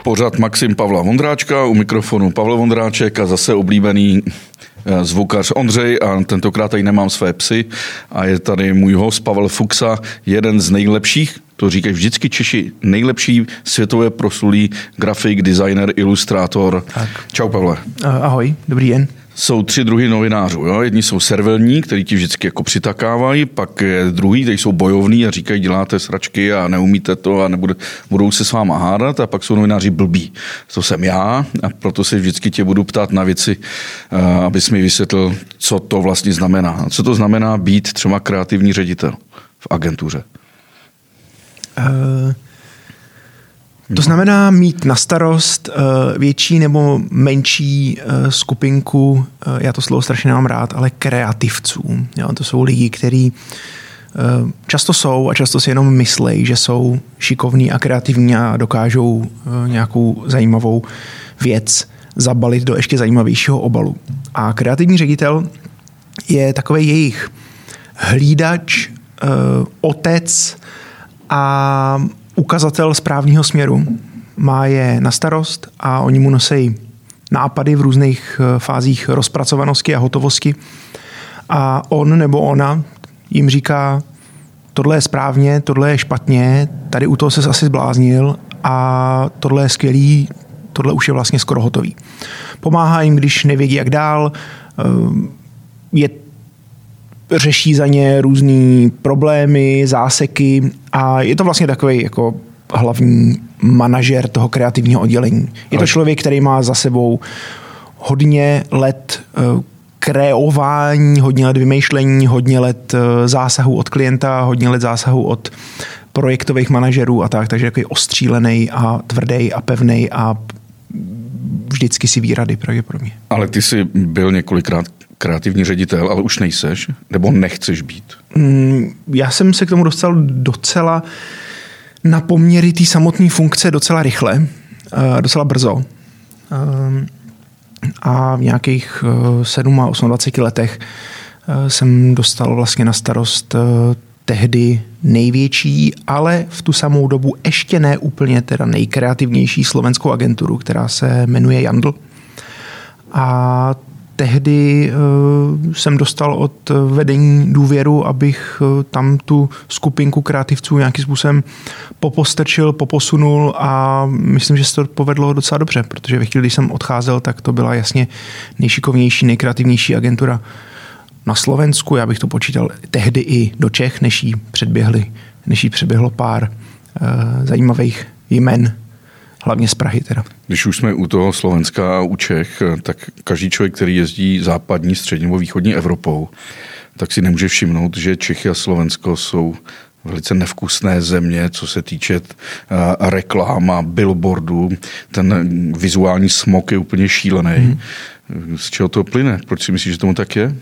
Pořad Maxim Pavla Vondráčka, u mikrofonu Pavel Vondráček a zase oblíbený zvukař Ondřej a tentokrát tady nemám své psy a je tady můj host Pavel Fuxa, jeden z nejlepších, to říkají vždycky Češi, nejlepší světové proslulý grafik, designer, ilustrátor. Tak. Čau Pavle. Ahoj, dobrý den. Jsou 3 druhy novinářů. Jo? Jedni jsou servilní, kteří ti vždycky jako přitakávají, pak je druhý, kteří jsou bojovní a říkají, děláte sračky a neumíte to a budou se s váma hádat, a pak jsou novináři blbí. To jsem já a proto se vždycky tě budu ptát na věci, abys mi vysvětlil, co to vlastně znamená. Co to znamená být třeba kreativní ředitel v agentuře? To znamená mít na starost větší nebo menší skupinku, já to slovo strašně nemám rád, ale kreativců. Jo, to jsou lidi, kteří často jsou a často si jenom myslejí, že jsou šikovní a kreativní a dokážou nějakou zajímavou věc zabalit do ještě zajímavějšího obalu. A kreativní ředitel je takový jejich hlídač, otec a ukazatel správného směru. Má je na starost a oni mu nosí nápady v různých fázích rozpracovanosti a hotovosti. A on nebo ona jim říká, tohle je správně, tohle je špatně, tady u toho ses asi zbláznil a tohle je skvělý, tohle už je vlastně skoro hotový. Pomáhá jim, když nevědí, jak dál, řeší za ně různý problémy, záseky a je to vlastně takový jako hlavní manažer toho kreativního oddělení. Je to člověk, který má za sebou hodně let kreování, hodně let vymýšlení, hodně let zásahů od klienta, hodně let zásahů od projektových manažerů a tak, takže takový ostřílený a tvrdý a pevný a vždycky si ví rady pravděpodobně. Ale ty jsi byl několikrát kreativní ředitel, ale už nejseš? Nebo nechceš být? Já jsem se k tomu dostal docela na poměry té samotné funkce docela rychle, docela brzo. A v nějakých 7 a 28 letech jsem dostal vlastně na starost tehdy největší, ale v tu samou dobu ještě ne úplně teda nejkreativnější slovenskou agenturu, která se jmenuje Jandl. A tehdy jsem dostal od vedení důvěru, abych tam tu skupinku kreativců nějakým způsobem popostrčil, poposunul a myslím, že se to povedlo docela dobře, protože ve chvíli, když jsem odcházel, tak to byla jasně nejšikovnější, nejkreativnější agentura na Slovensku. Já bych to počítal tehdy i do Čech, než jí předběhlo pár zajímavých jmen. Hlavně z Prahy teda. Když už jsme u toho Slovenska a u Čech, tak každý člověk, který jezdí západní, střední nebo východní Evropou, tak si nemůže všimnout, že Čechy a Slovensko jsou velice nevkusné země, co se týče reklám a billboardů. Ten vizuální smog je úplně šílený. Z čeho to plyne? Proč si myslíš, že tomu tak je?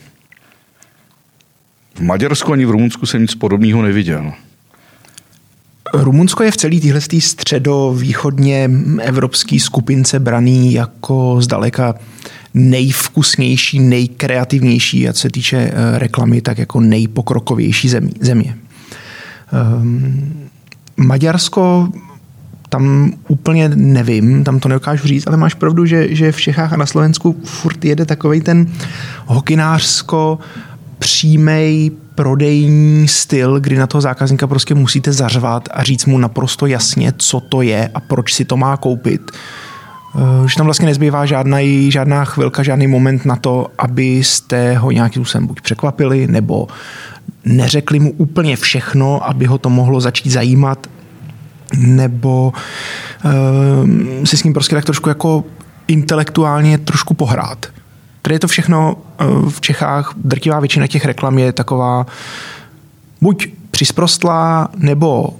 V Maďarsku ani v Rumunsku jsem nic podobného neviděl. Rumunsko je v celé téhle středovýchodně evropské skupince braný jako zdaleka nejvkusnější, nejkreativnější, a co se týče reklamy, tak jako nejpokrokovější země. Maďarsko, tam úplně nevím, tam to nedokážu říct, ale máš pravdu, že v Čechách a na Slovensku furt jede takovej ten hokynářsko přímej prodejní styl, kdy na toho zákazníka prostě musíte zařvat a říct mu naprosto jasně, co to je a proč si to má koupit. Že tam vlastně nezbývá žádná chvilka, žádný moment na to, abyste ho nějakým způsobem buď překvapili, nebo neřekli mu úplně všechno, aby ho to mohlo začít zajímat, nebo si s ním prostě tak trošku jako intelektuálně trošku pohrát. Tady je to všechno v Čechách, drtivá většina těch reklam je taková buď přisprostlá, nebo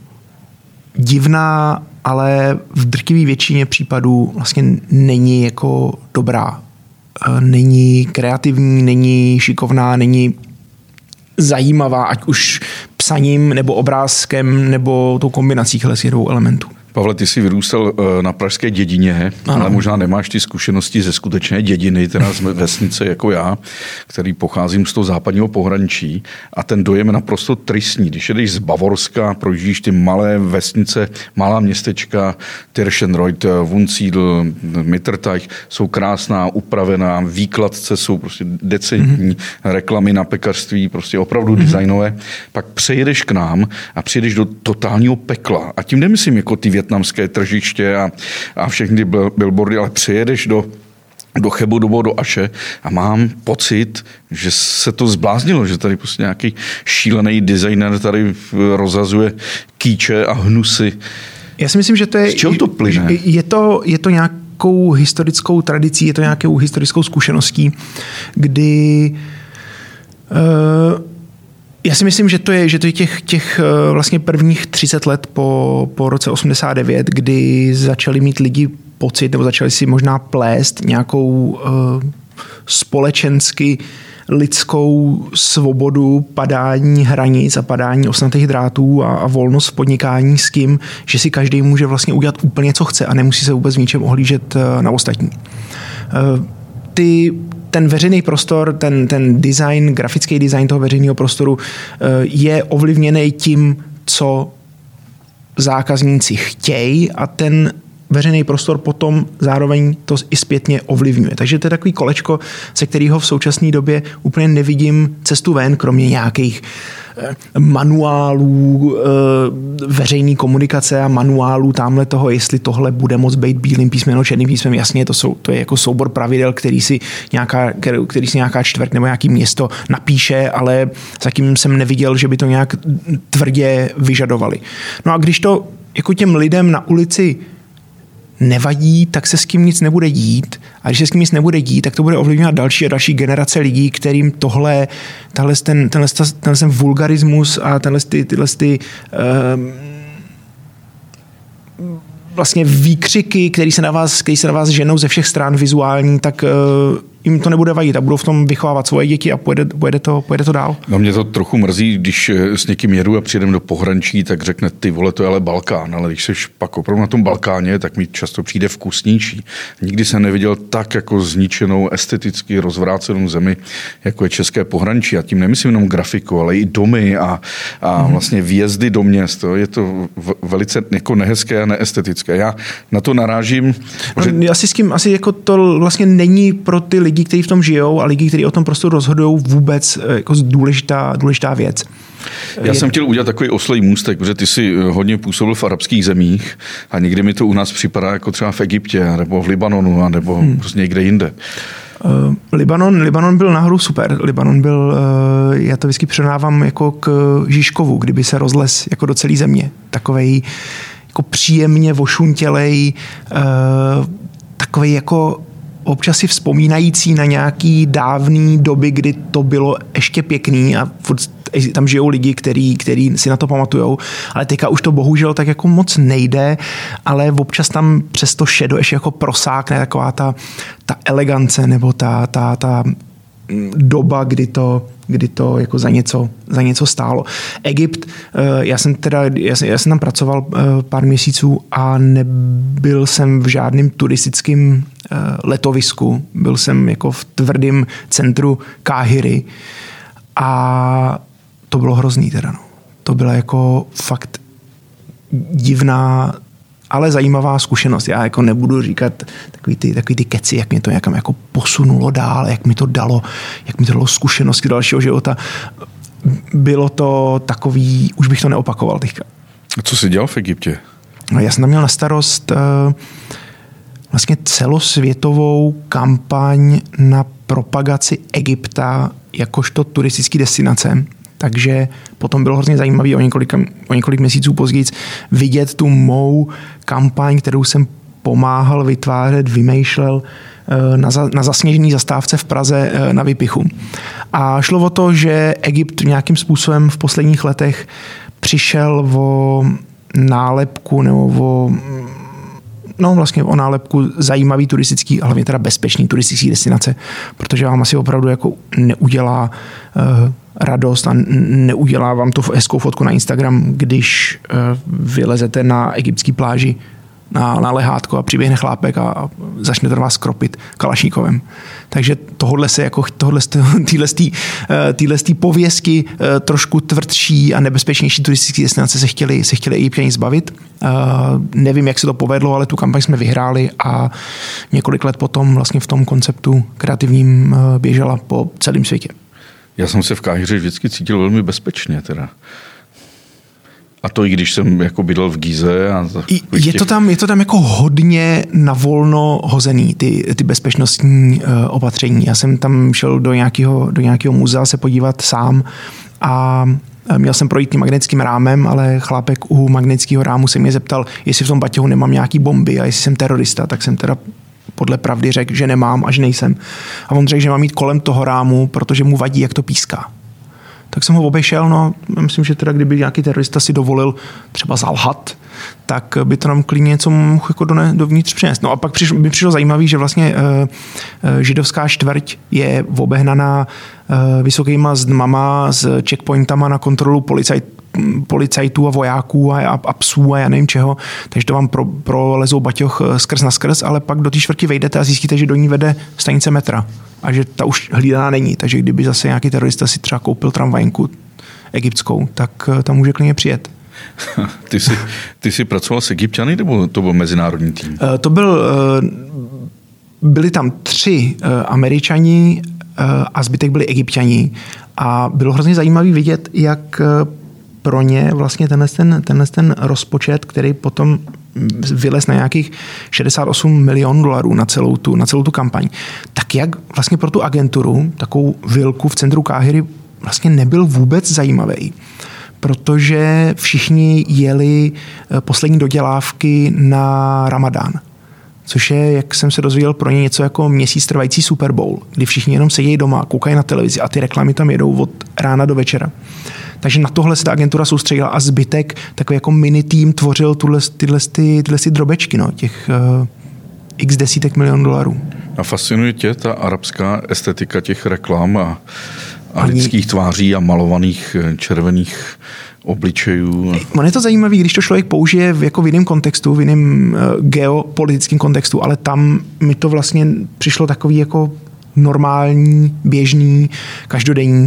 divná, ale v drtivé většině případů vlastně není jako dobrá. Není kreativní, není šikovná, není zajímavá, ať už psaním, nebo obrázkem, nebo tou kombinací těchto dvou elementů. Pavle, ty jsi vyrůstal na pražské dědině, ale možná nemáš ty zkušenosti ze skutečné dědiny, teda z vesnice jako já, který pocházím z toho západního pohraničí a ten dojem je naprosto tristní. Když jedeš z Bavorska, projíždíš ty malé vesnice, malá městečka, Tirschenreuth, Wunsiedel, Mitterteich, jsou krásná, upravená, výkladce jsou prostě decentní, reklamy na pekařství, prostě opravdu designové. Pak přejedeš k nám a přijedeš do totálního pekla. A tím nemyslím jako ty vietnamské tržiště a všechny ty billboardy, ale přejedeš do Chebu nebo do Aše a mám pocit, že se to zbláznilo, že tady prostě nějaký šílený designer tady rozhazuje kýče a hnusy. Já si myslím, že to je... Z čeho to plyne? Je to nějakou historickou tradicí, je to nějakou historickou zkušeností, kdy... Já si myslím, že to je těch vlastně prvních 30 let po roce 89, kdy začali mít lidi pocit, nebo začali si možná plést nějakou společensky lidskou svobodu, padání hranic a padání osnatých drátů a volnost v podnikání s tím, že si každý může vlastně udělat úplně, co chce a nemusí se vůbec v ničem ohlížet na ostatní. Ten veřejný prostor, ten design, grafický design toho veřejného prostoru je ovlivněný tím, co zákazníci chtějí a ten veřejný prostor potom zároveň to i zpětně ovlivňuje. Takže to je takový kolečko, ze kterého v současné době úplně nevidím cestu ven, kromě nějakých manuálů veřejné komunikace a manuálů tamhle toho, jestli tohle bude moct být bílým písmem, černým písmem. Jasně, to je jako soubor pravidel, který si nějaká čtvrť nebo nějaký město napíše, ale zatím jsem neviděl, že by to nějak tvrdě vyžadovali. No a když to jako těm lidem na ulici nevadí, tak se s tím nic nebude dít. A když se s tím nic nebude dít, tak to bude ovlivňovat další a další generace lidí, kterým tenhle vulgarismus a tyhle vlastně výkřiky, který se na vás ženou ze všech stran vizuální, tak jim to nebude vadit a budou v tom vychovávat svoje děti a pojede to dál. No mě to trochu mrzí, když s někým jedu a přijedem do pohraničí, tak řekne, ty vole, to je ale Balkán, ale když seš pak opravdu na tom Balkáně, tak mi často přijde vkusnější. Nikdy jsem neviděl tak jako zničenou, esteticky rozvrácenou zemi, jako je české pohraničí. A tím nemyslím jenom grafiku, ale i domy a vlastně výjezdy do měst. Je to velice jako nehezké a neestetické. Já na to narážím. Že... Asi s tím, jako to vlastně není pro ty lidi, kteří v tom žijou a lidi, kteří o tom prostoru rozhodují, vůbec jako důležitá věc. Já jsem chtěl udělat takový oslej můstek, protože ty jsi hodně působil v arabských zemích a někdy mi to u nás připadá jako třeba v Egyptě nebo v Libanonu nebo prostě někde jinde. Libanon byl nahoru super. Libanon byl, já to vždycky přenávám jako k Žižkovu, kdyby se rozles jako do celé země. Takovej jako příjemně vošuntělej, takovej jako občas si vzpomínající na nějaký dávný doby, kdy to bylo ještě pěkný a tam žijou lidi, kteří si na to pamatujou, ale teďka už to bohužel tak jako moc nejde, ale občas tam přes to šedo ještě jako prosákne taková ta elegance nebo ta doba, kdy to jako za něco stálo. Egypt, já jsem tam pracoval pár měsíců a nebyl jsem v žádném turistickém letovisku. Byl jsem jako v tvrdém centru Káhiry a to bylo hrozný teda. No. To byla jako fakt divná, ale zajímavá zkušenost. Já jako nebudu říkat takový ty keci, jak mě to někam jako posunulo dál, jak mi to dalo zkušenosti dalšího života. Bylo to takový, už bych to neopakoval teďka. A co jsi dělal v Egyptě? Já jsem tam měl na starost vlastně celosvětovou kampaň na propagaci Egypta jakožto turistický destinace. Takže potom bylo hrozně zajímavé o několik měsíců později vidět tu mou kampaň, kterou jsem pomáhal vytvářet, vymýšlel na zasněžené zastávce v Praze na Vypichu. A šlo o to, že Egypt nějakým způsobem v posledních letech přišel o nálepku nebo vlastně o nálepku zajímavý turistický, hlavně teda bezpečný turistický destinace, protože vám asi opravdu jako neudělá radost a neudělá vám to hezkou fotku na Instagram, když vylezete na egyptský pláži na lehátko a přiběhne chlápek a začne to vás kropit kalašníkovem. Takže tyhle povězky trošku tvrdší a nebezpečnější turistické destinace se chtěli Egypťani zbavit. Nevím, jak se to povedlo, ale tu kampaň jsme vyhráli a několik let potom vlastně v tom konceptu kreativním běžela po celém světě. Já jsem se v Káhiře vždycky cítil velmi bezpečně teda. A to i když jsem jako bydlel v Gize. Je to tam jako hodně na volno hozený, ty bezpečnostní opatření. Já jsem tam šel do nějakého muzea se podívat sám a měl jsem projít tím magnetickým rámem, ale chlápek u magnetického rámu se mě zeptal, jestli v tom baťohu nemám nějaký bomby a jestli jsem terorista, tak jsem teda podle pravdy řekl, že nemám a že nejsem. A on řekl, že mám jít kolem toho rámu, protože mu vadí, jak to píská. Tak jsem ho obešel, no, myslím, že teda kdyby nějaký terorista si dovolil třeba zalhat, tak by to nám klidně něco mohl jako dovnitř přinést. No a pak mi přišlo zajímavý, že vlastně židovská čtvrť je obehnaná vysokýma zdmama s checkpointama na kontrolu policajtů a vojáků a psů a já nevím čeho, takže to vám prolezou baťoch skrz na skrz, ale pak do té čtvrti vejdete a zjistíte, že do ní vede stanice metra a že ta už hlídaná není, takže kdyby zase nějaký terorista si třeba koupil tramvajnku egyptskou, tak tam může klidně přijet. Ty jsi pracoval s Egypťany, nebo to byl mezinárodní tým? Byli tam 3 Američani a zbytek byli Egypťani a bylo hrozně zajímavý vidět, jak pro ně vlastně ten rozpočet, který potom vylez na nějakých $68 milionů na celou tu kampaň, tak jak vlastně pro tu agenturu, takovou vilku v centru Káhiry vlastně nebyl vůbec zajímavý, protože všichni jeli poslední dodělávky na Ramadán, což je, jak jsem se dozvěděl, pro ně něco jako měsíc trvající Super Bowl, kdy všichni jenom sedějí doma, koukají na televizi a ty reklamy tam jedou od rána do večera. Takže na tohle se ta agentura soustředila a zbytek takový jako mini tým tvořil tyhle drobečky, no, těch x desítek milionů dolarů. A fascinuje tě ta arabská estetika těch reklam a lidských tváří a malovaných červených obličejů? On je to zajímavý, když to člověk použije v jiném kontextu, v jiném geopolitickém kontextu, ale tam mi to vlastně přišlo takový jako normální, běžný, každodenní.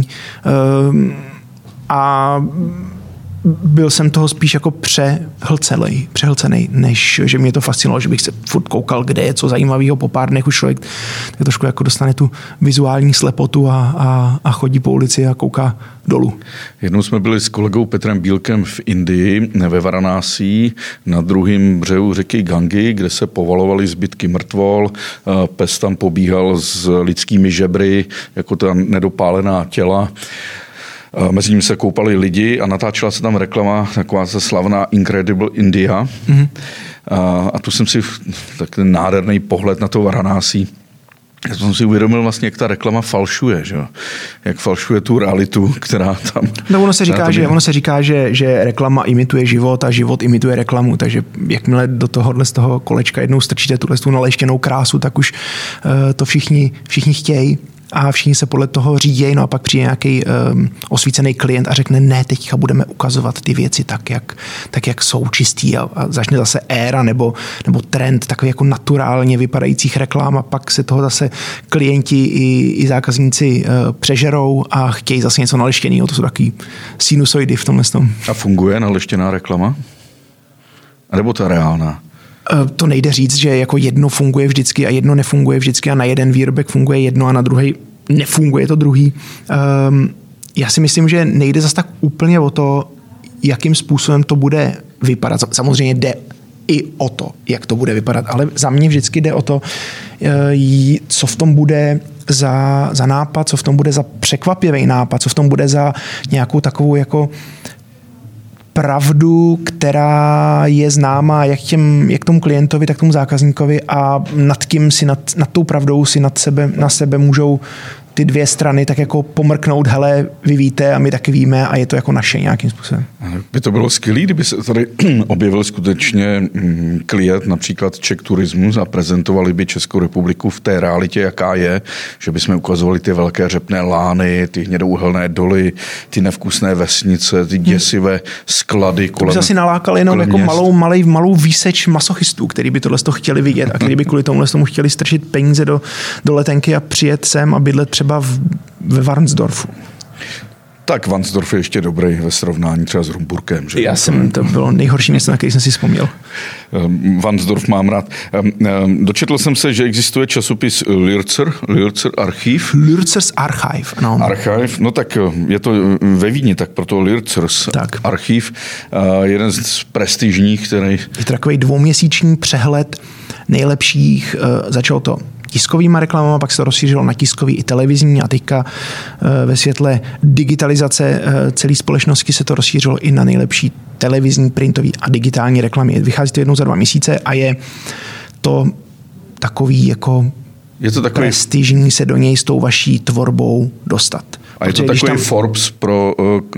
A byl jsem toho spíš jako přehlcenej, než že mě to fascinovalo, že bych se furt koukal, kde je co zajímavého, po pár dnech už člověk tak trošku jako dostane tu vizuální slepotu a chodí po ulici a kouká dolů. Jednou jsme byli s kolegou Petrem Bílkem v Indii, ve Varanásí, na druhém břehu řeky Gangy, kde se povalovaly zbytky mrtvol, pes tam pobíhal s lidskými žebry, jako ta nedopálená těla. Mezi nimi se koupali lidi a natáčela se tam reklama, taková ta slavná Incredible India. Mm-hmm. A tu jsem si takový nádherný pohled na to Varanásí. Já jsem si uvědomil vlastně, jak ta reklama falšuje, že? Jak falšuje tu realitu, která tam... No ono se říká, že reklama imituje život a život imituje reklamu, takže jakmile do tohohle z toho kolečka jednou strčíte tu naleštěnou krásu, tak už to všichni chtějí. A všichni se podle toho řídí, no a pak přijde nějaký osvícený klient a řekne, ne, teďka budeme ukazovat ty věci tak, jak jsou čistý a začne zase éra nebo trend takový jako naturálně vypadajících reklam a pak se toho zase klienti i zákazníci přežerou a chtějí zase něco naleštěného. To jsou takový sinusoidy v tomhle tom. A funguje naleštěná reklama? A nebo ta reálná? To nejde říct, že jako jedno funguje vždycky a jedno nefunguje vždycky a na jeden výrobek funguje jedno a na druhý nefunguje to druhý. Já si myslím, že nejde zase tak úplně o to, jakým způsobem to bude vypadat. Samozřejmě jde i o to, jak to bude vypadat, ale za mě vždycky jde o to, co v tom bude za nápad, co v tom bude za překvapivý nápad, co v tom bude za nějakou takovou jako pravdu, která je známá jak tomu klientovi, tak tomu zákazníkovi a nad tou pravdou si na sebe můžou ty dvě strany tak jako pomrknout, hele, vy víte a my taky víme a je to jako naše nějakým způsobem. By to bylo skvělé, kdyby se tady objevil skutečně klient, například Czech Tourismus a prezentovali by Českou republiku v té realitě, jaká je, že bychom ukazovali ty velké řepné lány, ty hnědouhelné doly, ty nevkusné vesnice, ty děsivé sklady kolem. To by se asi nalákal jenom jako malou výseč masochistů, který by tohle chtěli vidět a který by kvůli tomu chtěli strčit peníze do letenky a přijet sem a bydlet třeba ve Varnsdorfu. Tak Varnsdorf je ještě dobrý ve srovnání třeba s Rumburkem. Že? To bylo nejhorší město, na který jsem si vzpomněl. Varnsdorf mám rád. Dočetl jsem se, že existuje časopis Lürzer Archiv. Lürzers Archiv, ano. Archiv, no tak je to ve Vídni, tak proto Lürzers Archiv. Jeden z prestižních, který... Je to takový 2měsíční přehled nejlepších, začalo to tiskovýma reklamama, pak se to rozšířilo na tiskový i televizní a teďka ve světle digitalizace celé společnosti se to rozšířilo i na nejlepší televizní, printový a digitální reklamy. Vychází to jednou za 2 měsíce a je to takový jako prestižní se do něj s tou vaší tvorbou dostat. A je to takový Forbes pro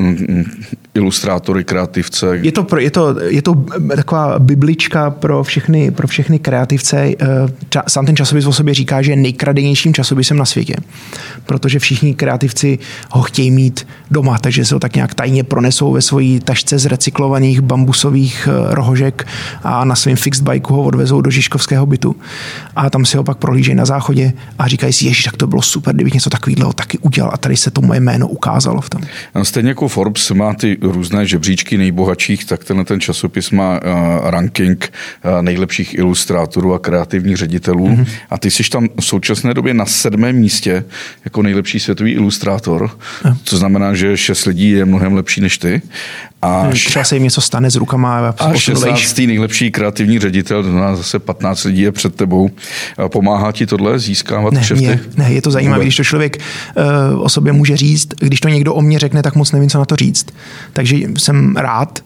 ilustrátory, kreativce? Je to taková biblička pro všechny kreativce. Sám ten časopis o sobě říká, že je nejkradenějším časopisem na světě, protože všichni kreativci ho chtějí mít doma, takže se ho tak nějak tajně pronesou ve svojí tašce z recyklovaných bambusových rohožek a na svém fixed bikeu ho odvezou do žižkovského bytu. A tam si ho pak prohlížejí na záchodě a říkají si, ježiš, tak to bylo super, kdybych něco takového taky udělal a tady se to moje jméno ukázalo v tom. Stejně jako Forbes má ty různé žebříčky nejbohatších, tak ten časopis má ranking nejlepších ilustrátorů a kreativních ředitelů. Mm-hmm. A ty jsi tam v současné době na 7. místě jako nejlepší světový ilustrátor, co znamená, že 6 lidí je mnohem lepší než ty. A třeba se jim něco stane s rukama. A 16. nejlepší kreativní ředitel, to znamená zase 15 lidí je před tebou. Pomáhá ti tohle získávat kšefty? Ne, je to zajímavé, když to člověk o sobě může říct, když to někdo o mně řekne, tak moc nevím, co na to říct. Takže jsem rád.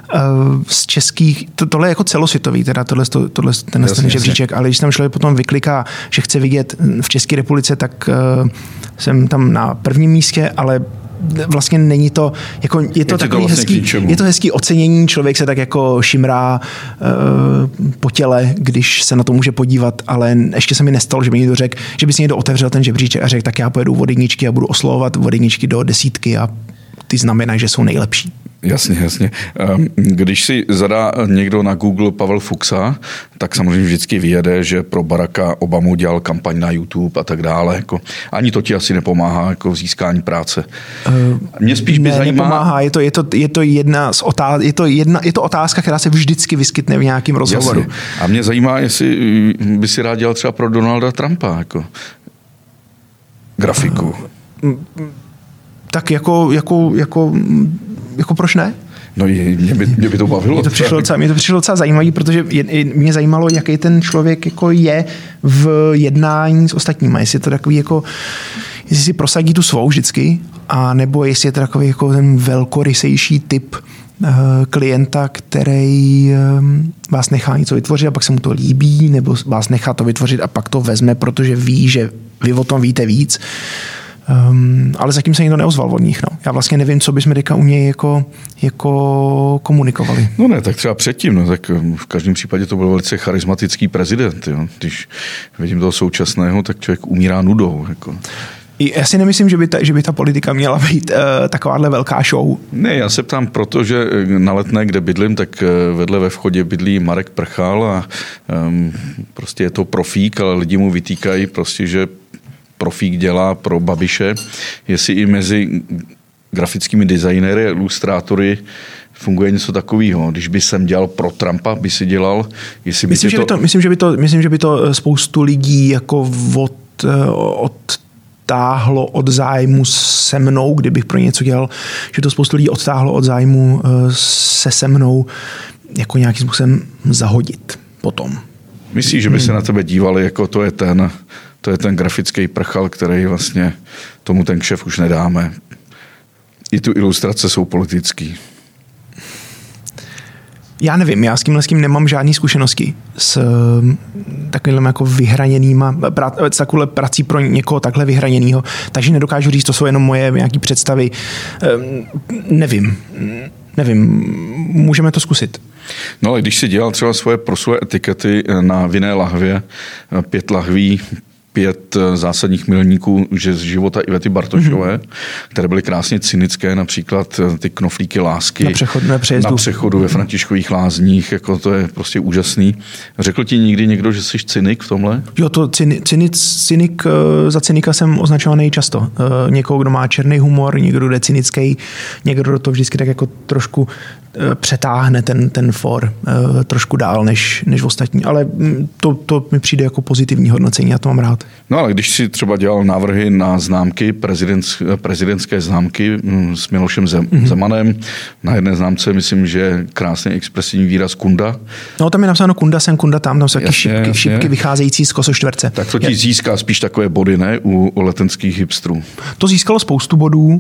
Z českých, tohle je jako celosvětový, teda ten žebříček, ale když tam člověk potom vykliká, že chce vidět v České republice, tak jsem tam na 1. místě, ale vlastně není to, jako je to takový je to hezký ocenění, člověk se tak jako šimrá po těle, když se na to může podívat, ale ještě se mi nestalo, že by někdo řekl, že by si někdo otevřel ten žebříček a řekl, tak já pojedu od 1 a budu oslovovat od 1 do 10 a ty znamenají, že jsou nejlepší. Jasně. Když si zadá někdo na Google Pavel Fuchsa, tak samozřejmě vždycky vyjede, že pro Baracka Obamu dělal kampaň na YouTube a tak dále. Jako, ani to ti asi nepomáhá jako v získání práce. Mě spíš by zajímá... Nepomáhá. Je to jedna z je to otázka, která se vždycky vyskytne v nějakém rozhovoru. Jasně. A mě zajímá, jestli by si rád dělal třeba pro Donalda Trumpa jako grafiku. Tak jako proč ne? No mě by to bavilo. Mě to přišlo docela zajímavé, protože mě zajímalo, jaký ten člověk jako je v jednání s ostatníma. Jestli je to takový jako, jestli si prosadí tu svou vždycky, a nebo jestli je to takový jako ten velkorysejší typ klienta, který vás nechá něco vytvořit a pak se mu to líbí, nebo vás nechá to vytvořit a pak to vezme, protože ví, že vy o tom víte víc. Ale zatím se nikdo neozval od nich. No. Já vlastně nevím, co bychom teďka u něj jako komunikovali. No ne, tak třeba předtím. No, tak v každém případě to byl velice charismatický prezident. Jo. Když vidím toho současného, tak člověk umírá nudou. Jako. Já si nemyslím, že by ta politika měla být takováhle velká show. Ne, já se ptám, protože na Letné, kde bydlím, tak vedle ve vchodě bydlí Marek Prchal a prostě je to profík, ale lidi mu vytýkají prostě, že profík dělá pro Babiše, jestli i mezi grafickými designéry a ilustrátory funguje něco takového. Když by jsem dělal pro Trumpa, by si dělal, jestli by Myslím, že by to spoustu lidí jako odtáhlo od zájmu se mnou, kdybych pro něco dělal, že to spoustu lidí odtáhlo od zájmu se mnou jako nějakým způsobem zahodit potom. Myslíš, že by se na tebe dívali, jako to je ten grafický Prchal, který vlastně tomu ten kšef už nedáme. I tu ilustrace jsou politický. Já nevím, já s tím nemám žádný zkušenosti s takovým jako vyhraněnýma, s takovou prací pro někoho takhle vyhraněnýho, takže nedokážu říct, to jsou jenom moje nějaké představy. Nevím, můžeme to zkusit. No ale když si dělal třeba svoje proslulé etikety na vinné lahvě, 5 lahví, 5 zásadních milníků z života Ivety Bartošové, které byly krásně cynické, například ty knoflíky lásky na přechodu ve Františkových Lázních, jako to je prostě úžasný. Řekl ti někdy někdo, že jsi cynik v tomhle? Jo, to cynik, za cynika jsem označovaný často. Někoho, kdo má černý humor, někdo jde cynický, někdo to vždycky tak jako trošku přetáhne ten for trošku dál než ostatní, ale to mi přijde jako pozitivní hodnocení, já to mám rád. No ale když si třeba dělal návrhy na známky, prezidentské známky s Milošem Zemanem, na jedné známce myslím, že krásně expresivní výraz kunda. No tam je napsáno kunda sem, kunda tam jsou taky šipky vycházející z kosoštverce. Tak to ti získá spíš takové body, ne? U letenských hipstrů. To získalo spoustu bodů.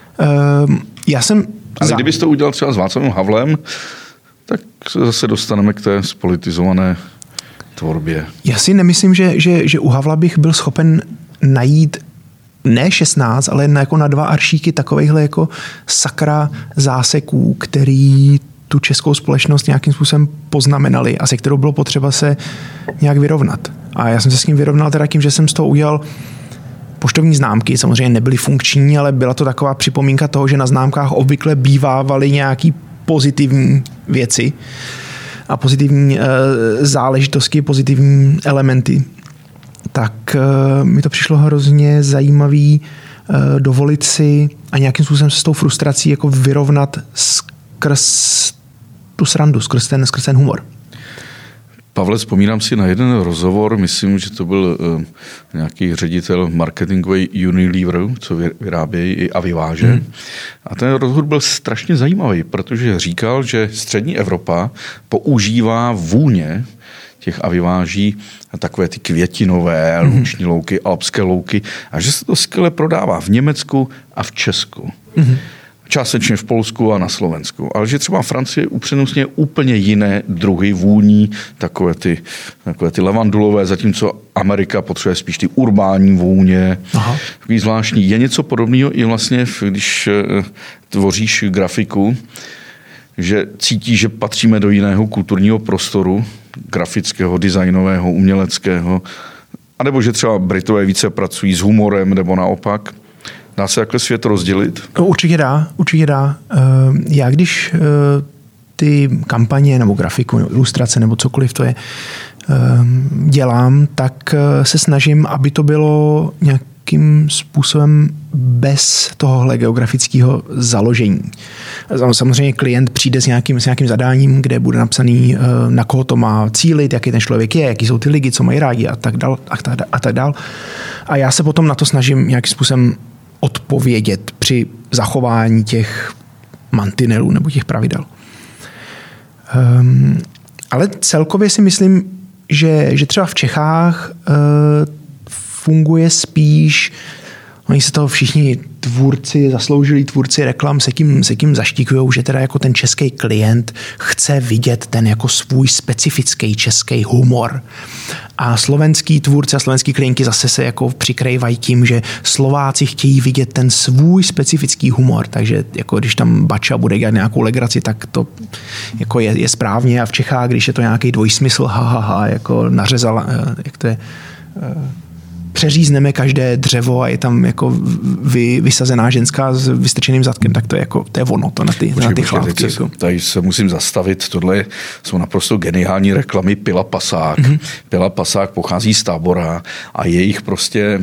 Ale kdybys to udělal třeba s Václavem Havlem, tak se zase dostaneme k té spolitizované tvorbě. Já si nemyslím, že u Havla bych byl schopen najít ne 16, ale jako na 2 aršíky takovejhle jako sakra záseků, který tu českou společnost nějakým způsobem poznamenali a se kterou bylo potřeba se nějak vyrovnat. A já jsem se s ním vyrovnal teda tím, že jsem z toho udělal poštovní známky, samozřejmě nebyly funkční, ale byla to taková připomínka toho, že na známkách obvykle bývávaly nějaký pozitivní věci a pozitivní záležitosti, pozitivní elementy. Tak mi to přišlo hrozně zajímavý dovolit si a nějakým způsobem se s tou frustrací jako vyrovnat skrz tu srandu, skrz ten humor. Pavle, vzpomínám si na jeden rozhovor, myslím, že to byl nějaký ředitel marketingový Unilever, co vyrábějí a vyváže. A ten rozhovor byl strašně zajímavý, protože říkal, že střední Evropa používá vůně těch aviváží takové ty květinové, luční louky, alpské louky a že se to skvěle prodává v Německu a v Česku. Částečně v Polsku a na Slovensku. Ale že třeba Francie upřednostňuje úplně jiné druhy vůní, takové ty levandulové, zatímco Amerika potřebuje spíš ty urbání vůně. Aha. Takový zvláštní. Je něco podobného i vlastně, když tvoříš grafiku, že cítíš, že patříme do jiného kulturního prostoru, grafického, designového, uměleckého, anebo že třeba Britové více pracují s humorem, nebo naopak. Dá se takhle svět rozdělit? Určitě dá. Já když ty kampaně nebo grafiku, nebo ilustrace nebo cokoliv to je, dělám, tak se snažím, aby to bylo nějakým způsobem bez tohohle geografického založení. Samozřejmě klient přijde s nějakým zadáním, kde bude napsaný, na koho to má cílit, jaký ten člověk je, jaký jsou ty lidi, co mají rádi a tak dál. A já se potom na to snažím nějakým způsobem odpovědět při zachování těch mantinelů nebo těch pravidel. Ale celkově si myslím, že třeba v Čechách funguje spíš, oni se toho všichni zasloužilí tvůrci reklam se tím zaštíkujou, že teda jako ten český klient chce vidět ten jako svůj specifický český humor. A slovenský tvůrci a slovenský klienti zase se jako přikrývají tím, že Slováci chtějí vidět ten svůj specifický humor. Takže jako když tam Bača bude dělat nějakou legraci, tak to jako je správně. A v Čechách, když je to nějaký dvojsmysl, jako nařezala, jak to je... přeřízneme každé dřevo a je tam jako vysazená ženská s vystrčeným zadkem, tak to je ono, to na ty chlávky. Jako. Tady se musím zastavit, tohle jsou naprosto geniální reklamy Pila Pasák. Pila Pasák pochází z Tábora a jejich prostě,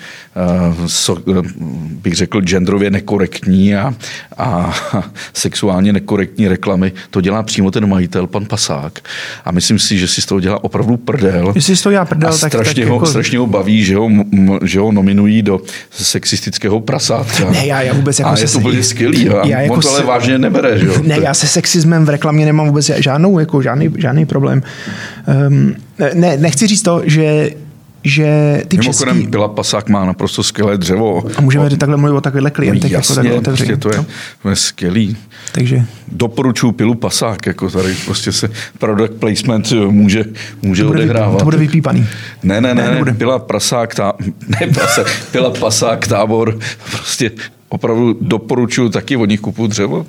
bych řekl, genderově nekorektní a sexuálně nekorektní reklamy, to dělá přímo ten majitel, pan Pasák. A myslím si, že si z toho dělá opravdu prdel. Jestli z toho dělá prdel, tak strašně ho baví, že ho nominují do sexistického prasátka. Ne, já vůbec jako a je to úplně skvělý. Jako on to ale vážně nebere, že jo? Ne, já se sexismem v reklamě nemám vůbec žádný problém. Nechci říct to, že že ty mimochodem, český... Pila Pasák má naprosto skvělé dřevo. A můžeme takhle mluvit o takovýchhle klientech, no, jako takhle otevřít. Prostě to je skvělý. Takže... Doporučuji Pilu Pasák, jako tady prostě se product placement může odehrávat. To bude vypípaný. Ne, Pila Pasák Tábor, prostě opravdu doporučuji, taky od nich kupuju dřevo.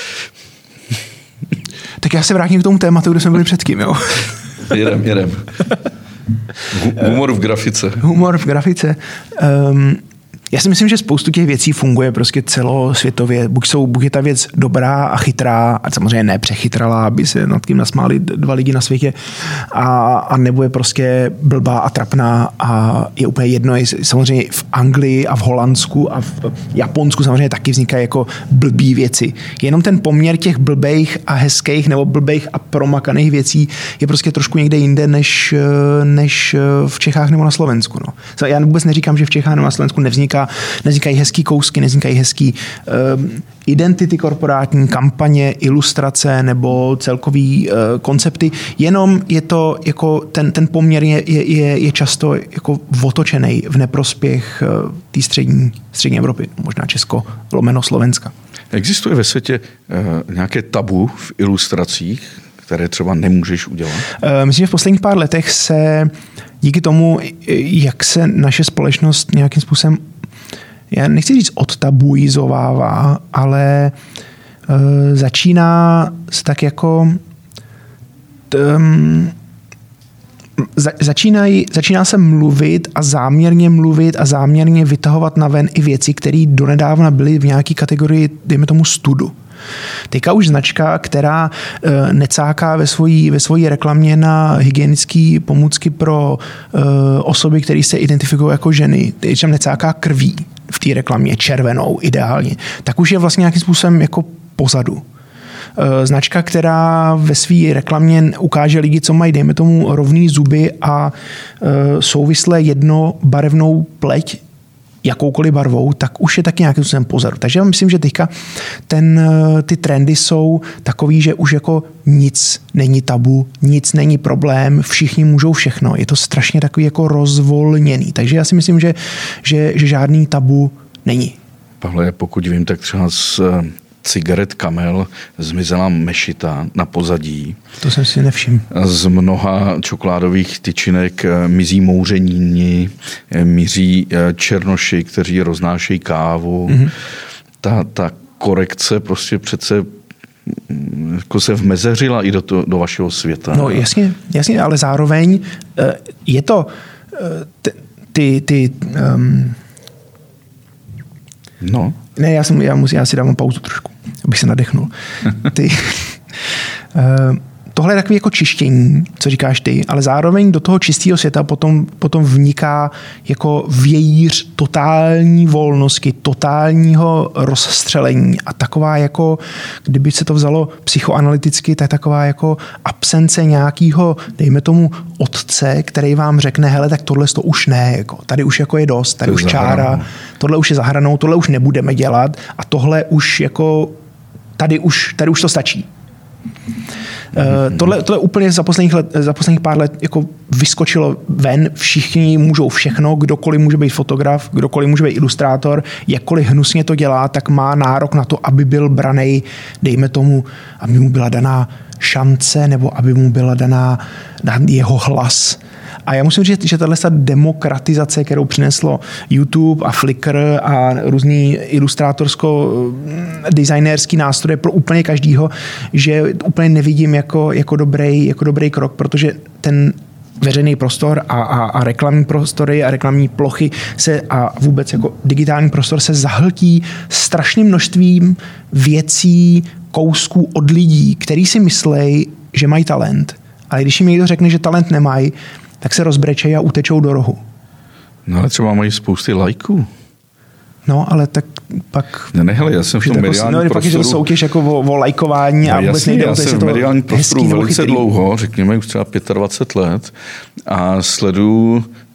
Tak já se vrátím k tomu tématu, kde jsme byli předtím, jo? Jedem. Humor v grafice. Humor v grafice. Já si myslím, že spoustu těch věcí funguje prostě celosvětově. Buď je ta věc dobrá a chytrá, a samozřejmě ne přechytralá, aby se nad tím nasmáli 2 lidi na světě, a nebo je prostě blbá a trapná a je úplně jedno. Samozřejmě v Anglii a v Holandsku a v Japonsku samozřejmě taky vznikají jako blbý věci. Jenom ten poměr těch blbejch a hezkých nebo blbejch a promakaných věcí je prostě trošku někde jinde než v Čechách nebo na Slovensku. No. Já vůbec neříkám, že v Čechách nebo na Slovensku nevznikají hezký kousky, nevznikají hezký identity korporátní, kampaně, ilustrace nebo celkový koncepty, jenom je to jako ten poměr je často jako otočený v neprospěch té střední Evropy, možná Česko/Slovenska. Existuje ve světě nějaké tabu v ilustracích, které třeba nemůžeš udělat? Myslím, že v posledních pár letech se díky tomu, jak se naše společnost nějakým způsobem, já nechci říct odtabuizovává, ale začíná se tak jako začíná se mluvit a záměrně vytahovat na ven i věci, které donedávna byly v nějaké kategorii, dejme tomu, studu. Teďka už značka, která necáká ve svojí reklamě na hygienické pomůcky pro osoby, které se identifikují jako ženy, teď tam necáká krví v té reklamě, červenou ideálně, tak už je vlastně nějakým způsobem jako pozadu. Značka, která ve své reklamě ukáže lidi, co mají, dejme tomu, rovný zuby a souvisle jednobarevnou pleť, jakoukoliv barvou, tak už je taky nějakým způsobem pozadu. Takže já myslím, že teďka ty trendy jsou takový, že už jako nic není tabu, nic není problém, všichni můžou všechno. Je to strašně takový jako rozvolněný. Takže já si myslím, že žádný tabu není. Pavle, pokud vím, tak třeba z cigaret Camel zmizela mešita na pozadí. To jsem si nevšiml. Z mnoha čokoládových tyčinek mizí mouřeníni, mizí černoši, kteří roznášejí kávu. Mm-hmm. Ta korekce prostě přece jako se vmezeřila i do vašeho světa. No jasně, ale zároveň je to No. Ne, já si dám pauzu trošku, abych se nadechnul. Tohle je takový jako čištění, co říkáš ty, ale zároveň do toho čistého světa potom vniká jako vějíř totální volnosti, totálního rozstřelení a taková jako, kdyby se to vzalo psychoanalyticky, tak taková jako absence nějakého, dejme tomu, otce, který vám řekne, hele, tak tohle to už ne, jako, tady už jako je dost, tady už čára, tohle už je za hranou, tohle už nebudeme dělat a tohle už jako, tady už to stačí. Tohle úplně za posledních pár let jako vyskočilo ven, všichni můžou všechno, kdokoliv může být fotograf, kdokoliv může být ilustrátor, jakkoliv hnusně to dělá, tak má nárok na to, aby byl branej, dejme tomu, aby mu byla daná šance, nebo aby mu byla daná jeho hlas. A já musím říct, že tato demokratizace, kterou přineslo YouTube a Flickr a různý ilustrátorsko-designérský nástroje pro úplně každýho, že úplně nevidím jako dobrý krok, protože ten veřejný prostor a reklamní prostory a reklamní plochy a vůbec jako digitální prostor se zahltí strašným množstvím věcí, kousků od lidí, kteří si myslejí, že mají talent. Ale když jim někdo řekne, že talent nemají, tak se rozbrečejí a utečou do rohu. No ale třeba mají spousty lajků. No, ale tak pak... Ne, hele, já jsem v tom mediálním prostoru... Pak je to soutěž jako o lajkování a vůbec nejde o to, já jsem v mediálním prostoru velice dlouho, řekněme už třeba 25 let a sleduju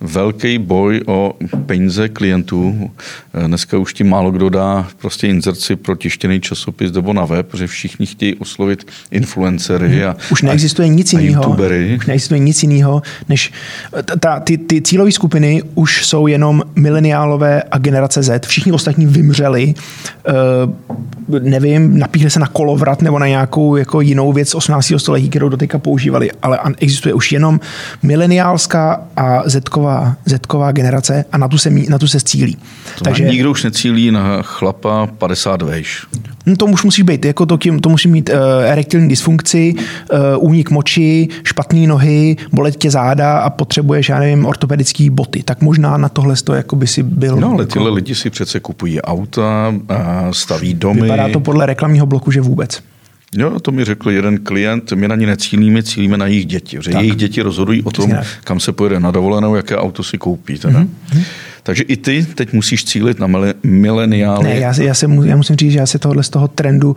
velký boj o peníze klientů. Dneska už ti málo kdo dá prostě inzerci pro tištěný časopis nebo na web, protože všichni chtějí oslovit influencery a už neexistuje nic jiného. Už neexistuje nic jiného, než ty cílové skupiny už jsou jenom mileniálové a generace Z. Všichni ostatní vymřeli, nevím, napíchli se na kolovrat nebo na nějakou jako jinou věc z 18. století, kterou doteďka používali, ale existuje už jenom mileniálská a zetková generace a na tu se cílí. Takže nikdo už necílí na chlapa 50 vejš. No to už musí být, jako to musí mít erektilní dysfunkci, únik moči, špatné nohy, bolet tě záda a potřebuješ, já nevím, ortopedický boty. Tak možná na tohle to jako by si byl. No ale tyhle lidi si přece kupují auta, staví domy. Vypadá to podle reklamního bloku, že vůbec. Jo, to mi řekl jeden klient, my na ně cílíme na jejich děti. Že jejich děti rozhodují o tom, kam se pojede na dovolenou, jaké auto si koupí. Teda. Takže i ty teď musíš cílit na mileniály. Ne, já musím říct, že já se tohle z toho trendu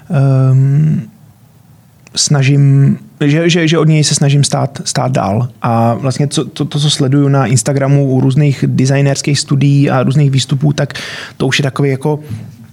snažím, že od něj se snažím stát dál. A vlastně to, co sleduju na Instagramu u různých designerských studií a různých výstupů, tak to už je takový jako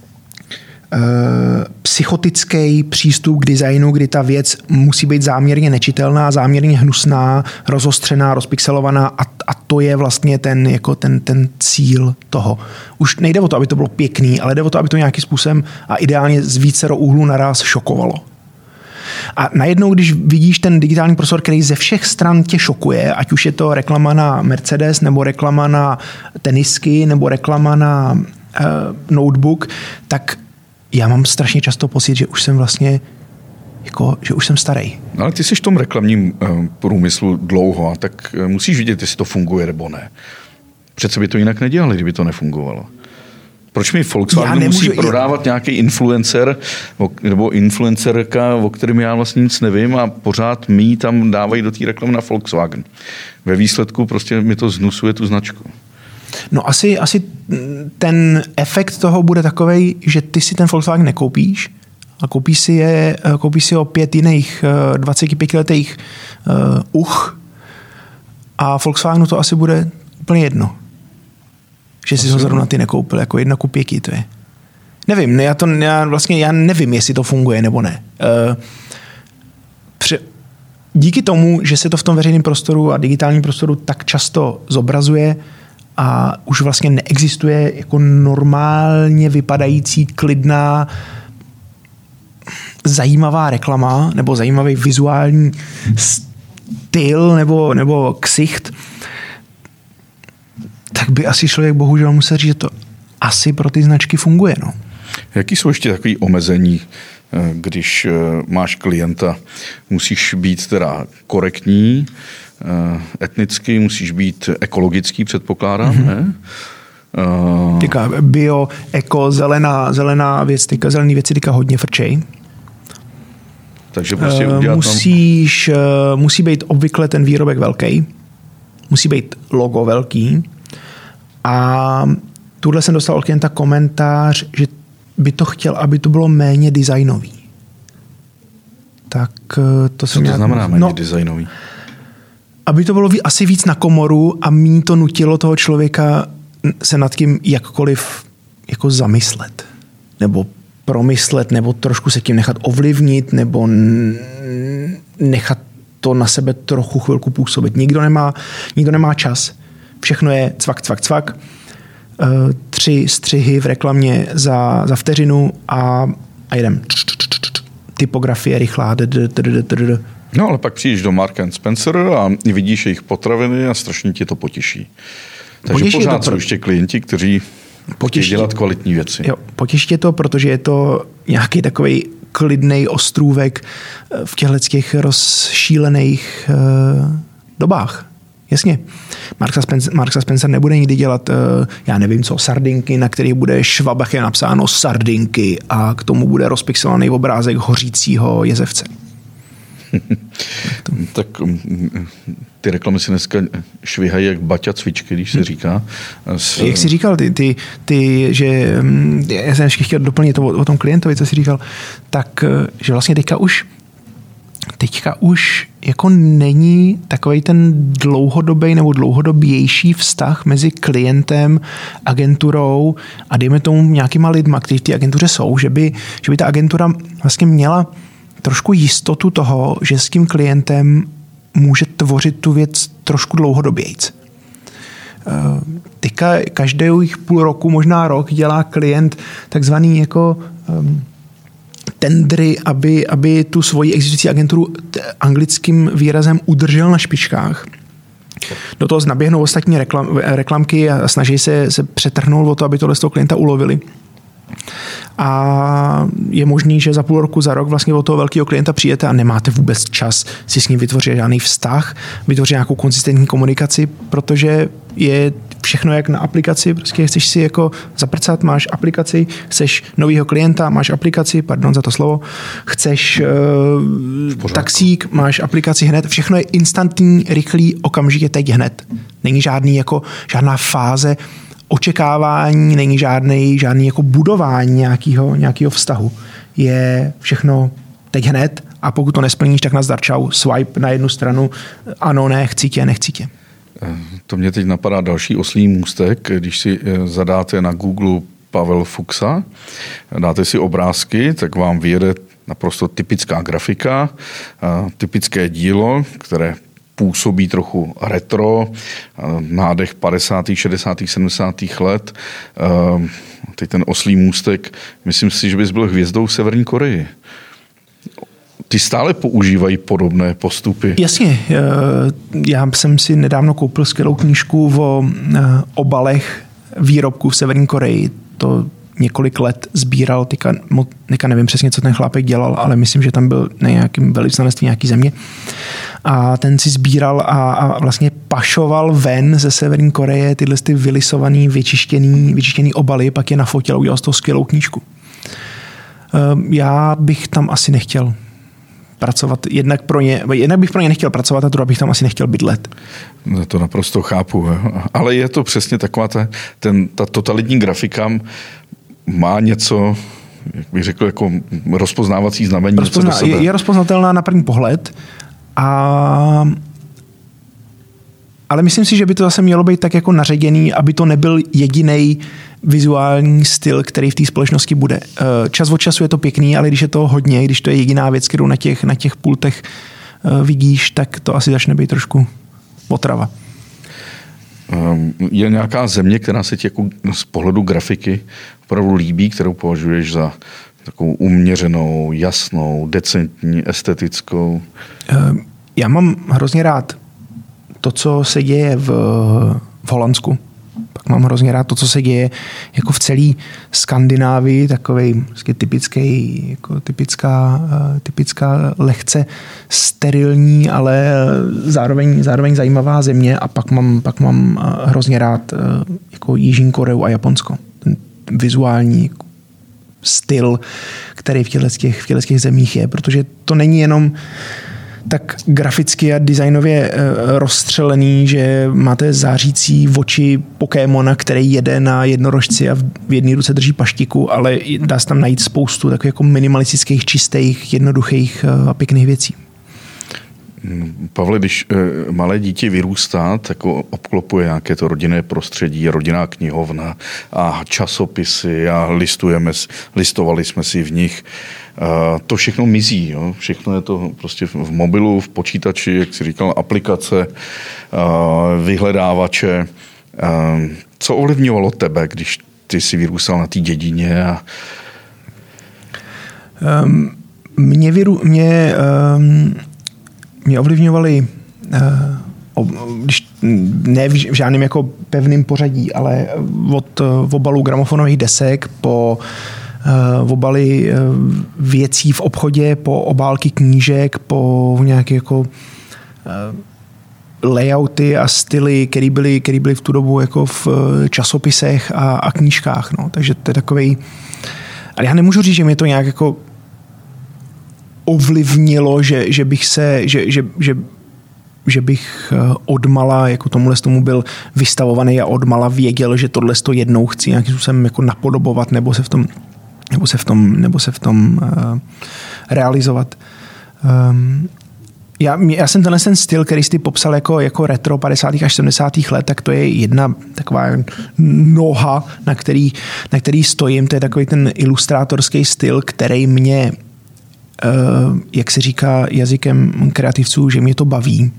psychotický přístup k designu, kdy ta věc musí být záměrně nečitelná, záměrně hnusná, rozostřená, rozpixelovaná a to je vlastně ten cíl toho. Už nejde o to, aby to bylo pěkný, ale jde o to, aby to nějakým způsobem a ideálně z vícero úhlů naraz šokovalo. A najednou, když vidíš ten digitální prostor, který ze všech stran tě šokuje, ať už je to reklama na Mercedes, nebo reklama na tenisky, nebo reklama na notebook, tak já mám strašně často pocit, že už jsem vlastně že už jsem starý. No, ale ty jsi v tom reklamním průmyslu dlouho, tak musíš vidět, jestli to funguje nebo ne. Přece by to jinak nedělali, kdyby to nefungovalo. Proč mi Volkswagen musí prodávat nějaký influencer nebo influencerka, o kterém já vlastně nic nevím a pořád mi tam dávají do té reklamy na Volkswagen. Ve výsledku prostě mi to znusuje tu značku. No asi ten efekt toho bude takovej, že ty si ten Volkswagen nekoupíš a koupíš si ho 5 jiných 25letých a Volkswagenu to asi bude úplně jedno. Že jsi ho zrovna ty nekoupil, jako 1:5 to je. Nevím, já nevím, jestli to funguje nebo ne. Díky tomu, že se to v tom veřejném prostoru a digitálním prostoru tak často zobrazuje a už vlastně neexistuje jako normálně vypadající, klidná, zajímavá reklama nebo zajímavý vizuální styl nebo ksicht, tak by asi člověk bohužel musel říct, že to asi pro ty značky funguje. No. Jaký jsou ještě takové omezení, když máš klienta? Musíš být teda korektní, etnicky, musíš být ekologický, předpokládám, ne? Týka bio, eko, zelená věc, zelený věci týka hodně frčej. Takže prostě musí být obvykle ten výrobek velký, musí být logo velký a tuhle jsem dostal od klienta komentář, že by to chtěl, aby to bylo méně designový. Tak to co to znamená méně designový? Aby to bylo asi víc na komoru a méně to nutilo toho člověka se nad tím jakkoliv jako zamyslet. Nebo promyslet, nebo trošku se tím nechat ovlivnit, nebo nechat to na sebe trochu chvilku působit. Nikdo nemá čas. Všechno je cvak, cvak, cvak. 3 střihy v reklamě za vteřinu a jdem. Typografie rychlá. No, ale pak přijdeš do Marks & Spencer a vidíš jejich potraviny a strašně tě to potěší. Takže pořád jsou ještě klienti, kteří chtějí dělat kvalitní věci. Jo, potěší to, protože je to nějaký takovej klidnej ostrůvek v těchto rozšílených dobách. Jasně. Marks & Spencer nebude nikdy dělat, já nevím co, sardinky, na kterých bude švabachem napsáno sardinky a k tomu bude rozpixelovaný obrázek hořícího jezevce. Tak ty reklamy si dneska švihají jak baťa cvičky, když se říká. Jak jsi říkal, ty že já jsem ještě chtěl doplnit to o tom klientovi, co jsi říkal, tak že vlastně teďka už jako není takovej ten dlouhodobý nebo dlouhodobější vztah mezi klientem, agenturou a dejme tomu nějakýma lidma, kteří v té agentuře jsou, že by ta agentura vlastně měla trošku jistotu toho, že s tím klientem může tvořit tu věc trošku dlouhodobějc. Teďka každých půl roku, možná rok, dělá klient takzvaný jako tendry, aby tu svoji existující agenturu anglickým výrazem udržel na špičkách. Do toho naběhnou ostatní reklamky a snaží se přetrhnout o to, aby tohle z toho klienta ulovili. A je možný, že za půl roku, za rok vlastně od toho velkého klienta přijete a nemáte vůbec čas si s ním vytvořit žádný vztah, vytvořit nějakou konzistentní komunikaci, protože je všechno jak na aplikaci, prostě chceš si jako zaprcat, máš aplikaci, chceš novýho klienta, máš aplikaci, pardon za to slovo, chceš taxík, máš aplikaci hned, všechno je instantní, rychlý, okamžitě teď hned. Není žádná fáze očekávání, není žádný jako budování nějakého vztahu. Je všechno teď hned a pokud to nesplníš, tak nazdar čau, swipe na jednu stranu, ano, ne, chci tě, nechci tě. To mě teď napadá další oslí můstek, když si zadáte na Google Pavel Fuchsa, dáte si obrázky, tak vám vyjede naprosto typická grafika, typické dílo, které působí trochu retro, nádech 50., 60., 70. let. Teď ten oslí můstek, myslím si, že bys byl hvězdou v Severní Koreji. Ty stále používají podobné postupy? Jasně. Já jsem si nedávno koupil skvělou knížku o obalech výrobků v Severní Koreji. To několik let sbíral, teďka nevím přesně, co ten chlápek dělal, ale myslím, že tam byl na nějakém velvyslanectví nějaký země. A ten si sbíral a vlastně pašoval ven ze Severní Koreje tyhle ty vylisovaný, vyčištěný obaly, pak je nafotil a udělal z toho skvělou knížku. Já bych tam asi nechtěl pracovat. Jednak bych pro ně nechtěl pracovat a druhá bych tam asi nechtěl bydlet. No to naprosto chápu. Ale je to přesně taková ta totalitní grafika má něco, jak bych řekl, jako rozpoznávací znamení. Je rozpoznatelná na první pohled, ale myslím si, že by to zase mělo být tak jako naředěný, aby to nebyl jediný vizuální styl, který v té společnosti bude. Čas od času je to pěkný, ale když je to hodně, když to je jediná věc, kterou na těch pultech vidíš, tak to asi začne být trošku potrava. Je nějaká země, která se ti jako z pohledu grafiky opravdu líbí, kterou považuješ za takovou uměřenou, jasnou, decentní, estetickou? Já mám hrozně rád to, co se děje v Holandsku. Pak mám hrozně rád to, co se děje jako v celé Skandinávii, takovej jako typická lehce sterilní, ale zároveň zajímavá země a pak mám hrozně rád jako Jižní Koreu a Japonsko. Ten vizuální styl, který v těchto zemích je, protože to není jenom tak graficky a designově rozstřelený, že máte zářící oči Pokémona, který jede na jednorožci a v jedné ruce drží paštiku, ale dá se tam najít spoustu takových jako minimalistických, čistých, jednoduchých a pěkných věcí. Pavle, když malé dítě vyrůstá, tak obklopuje nějaké to rodinné prostředí, rodinná knihovna a časopisy a listovali jsme si v nich. To všechno mizí, jo? Všechno je to prostě v mobilu, v počítači, jak jsi říkal, aplikace, vyhledávače. Co ovlivňovalo tebe, když ty jsi vyrůstal na té dědině? Mě ovlivňovaly, ne v žádném jako pevném pořadí, ale od obalů gramofonových desek po obaly věcí v obchodě, po obálky knížek, po nějaké jako layouty a styly, které byly v tu dobu jako v časopisech a knížkách. No. Takže to je takovej. Ale já nemůžu říct, že mě to nějak jako ovlivnilo, že bych odmala, jako tomu byl vystavovaný a odmala věděl, že tohle to jednou chci nějakým způsobem jako napodobovat nebo se v tom realizovat. Já jsem ten styl, který jsi popsal jako retro 50. až 70. let, tak to je jedna taková noha, na který stojím. To je takový ten ilustrátorský styl, který mě, jak se říká jazykem kreativců, že mě to baví.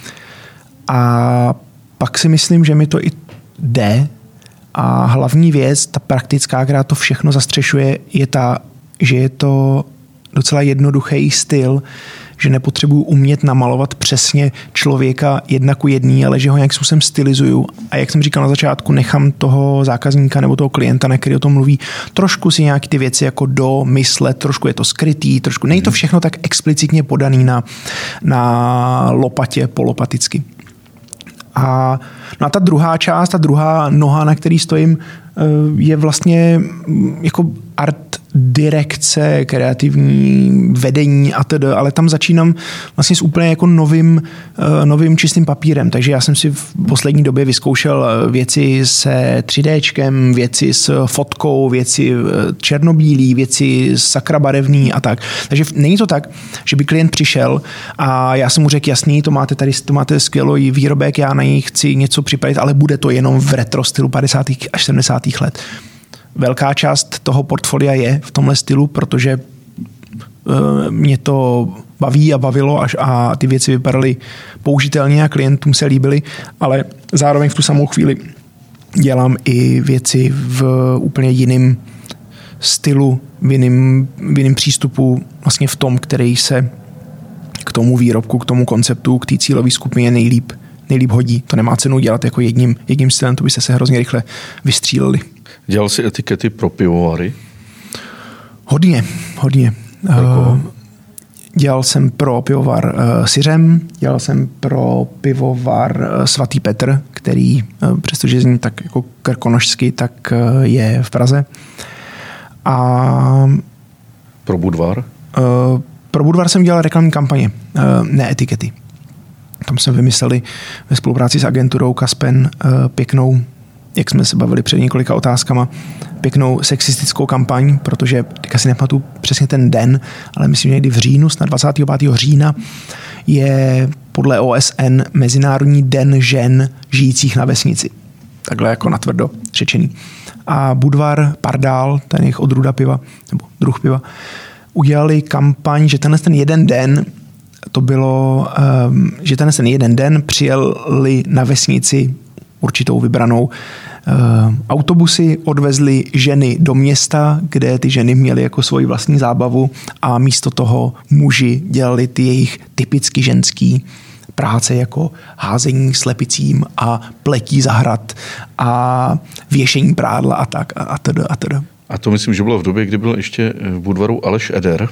A pak si myslím, že mi to i jde. A hlavní věc, ta praktická, která to všechno zastřešuje, je ta, že je to docela jednoduchý styl, že nepotřebuju umět namalovat přesně člověka 1:1, ale že ho nějak způsobem stylizuju. A jak jsem říkal na začátku, nechám toho zákazníka nebo toho klienta, na který o tom mluví, trošku si nějaký ty věci jako domyslet, trošku je to skrytý, trošku není to všechno tak explicitně podaný na lopatě, polopaticky. A ta druhá část, ta druhá noha, na který stojím, je vlastně jako art direkce, kreativní vedení a tedy, ale tam začínám vlastně s úplně jako novým čistým papírem, takže já jsem si v poslední době vyzkoušel věci se 3Dčkem, věci s fotkou, věci černobílý, věci sakra barevný a tak. Takže není to tak, že by klient přišel a já jsem mu řekl, jasný, to máte skvělý výrobek, já na něj chci něco připravit, ale bude to jenom v retro stylu 50. až 70. let. Velká část toho portfolia je v tomhle stylu, protože mě to baví a bavilo a ty věci vypadaly použitelně a klientům se líbily, ale zároveň v tu samou chvíli dělám i věci v úplně jiném stylu, v jiném přístupu, vlastně v tom, který se k tomu výrobku, k tomu konceptu, k té cílové skupině nejlíp hodí. To nemá cenu dělat jako jedním stylem, to byste se hrozně rychle vystříleli. Dělal jsi etikety pro pivovary? Hodně. Dělal jsem pro pivovar Syřem, dělal jsem pro pivovar Svatý Petr, který, přestože zní tak jako krkonošsky, tak je v Praze. A pro Budvar? Pro Budvar jsem dělal reklamní kampaně, ne etikety. Tam jsme vymysleli ve spolupráci s agenturou Kaspen pěknou, jak jsme se bavili před několika otázkama, pěknou sexistickou kampaň, protože teďka si nepamatuju přesně ten den, ale myslím, že někdy v říjnu, snad 25. října, je podle OSN Mezinárodní den žen žijících na vesnici. Takhle jako natvrdo řečený. A Budvar, Pardál, ten jejich odrůda piva, nebo druh piva, udělali kampaň, že ten jeden den to bylo, že ten jeden den přijeli na vesnici určitou vybranou autobusy, odvezli ženy do města, kde ty ženy měly jako svoji vlastní zábavu a místo toho muži dělali ty jejich typicky ženský práce jako házení slepicím a pletí zahrad a věšení prádla a tak a teda. A to myslím, že bylo v době, kdy byl ještě v Budvaru Aleš Eder,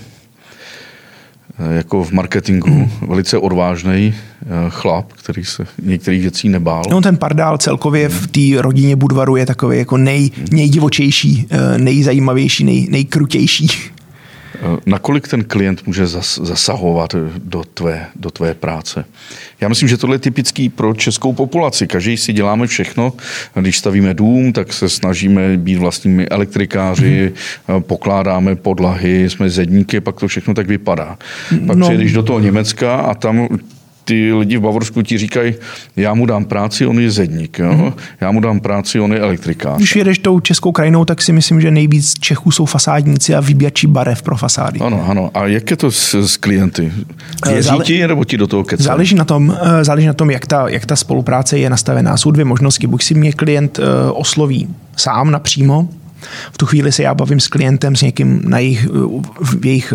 jako v marketingu, velice odvážný chlap, který se některých věcí nebál. No, ten Pardál celkově v té rodině Budvaru je takový jako nejdivočejší, nejzajímavější, nejkrutější. Nakolik ten klient může zasahovat do tvé práce? Já myslím, že tohle je typický pro českou populaci. Každý si děláme všechno. Když stavíme dům, tak se snažíme být vlastními elektrikáři, pokládáme podlahy, jsme zedníky, pak to všechno tak vypadá. Pak přijedeš do toho Německa a tam ty lidi v Bavorsku ti říkají, já mu dám práci, on je zedník. Jo? Já mu dám práci, on je elektrikář. Když jedeš tou českou krajinou, tak si myslím, že nejvíc Čechů jsou fasádníci a vybíjači barev pro fasády. Ano. A jak je to s klienty? Věří ti, nebo ti do toho kecají? Záleží na tom, jak ta spolupráce je nastavená. Jsou dvě možnosti. Buď si mě klient osloví sám napřímo. V tu chvíli se já bavím s klientem, s někým v jejich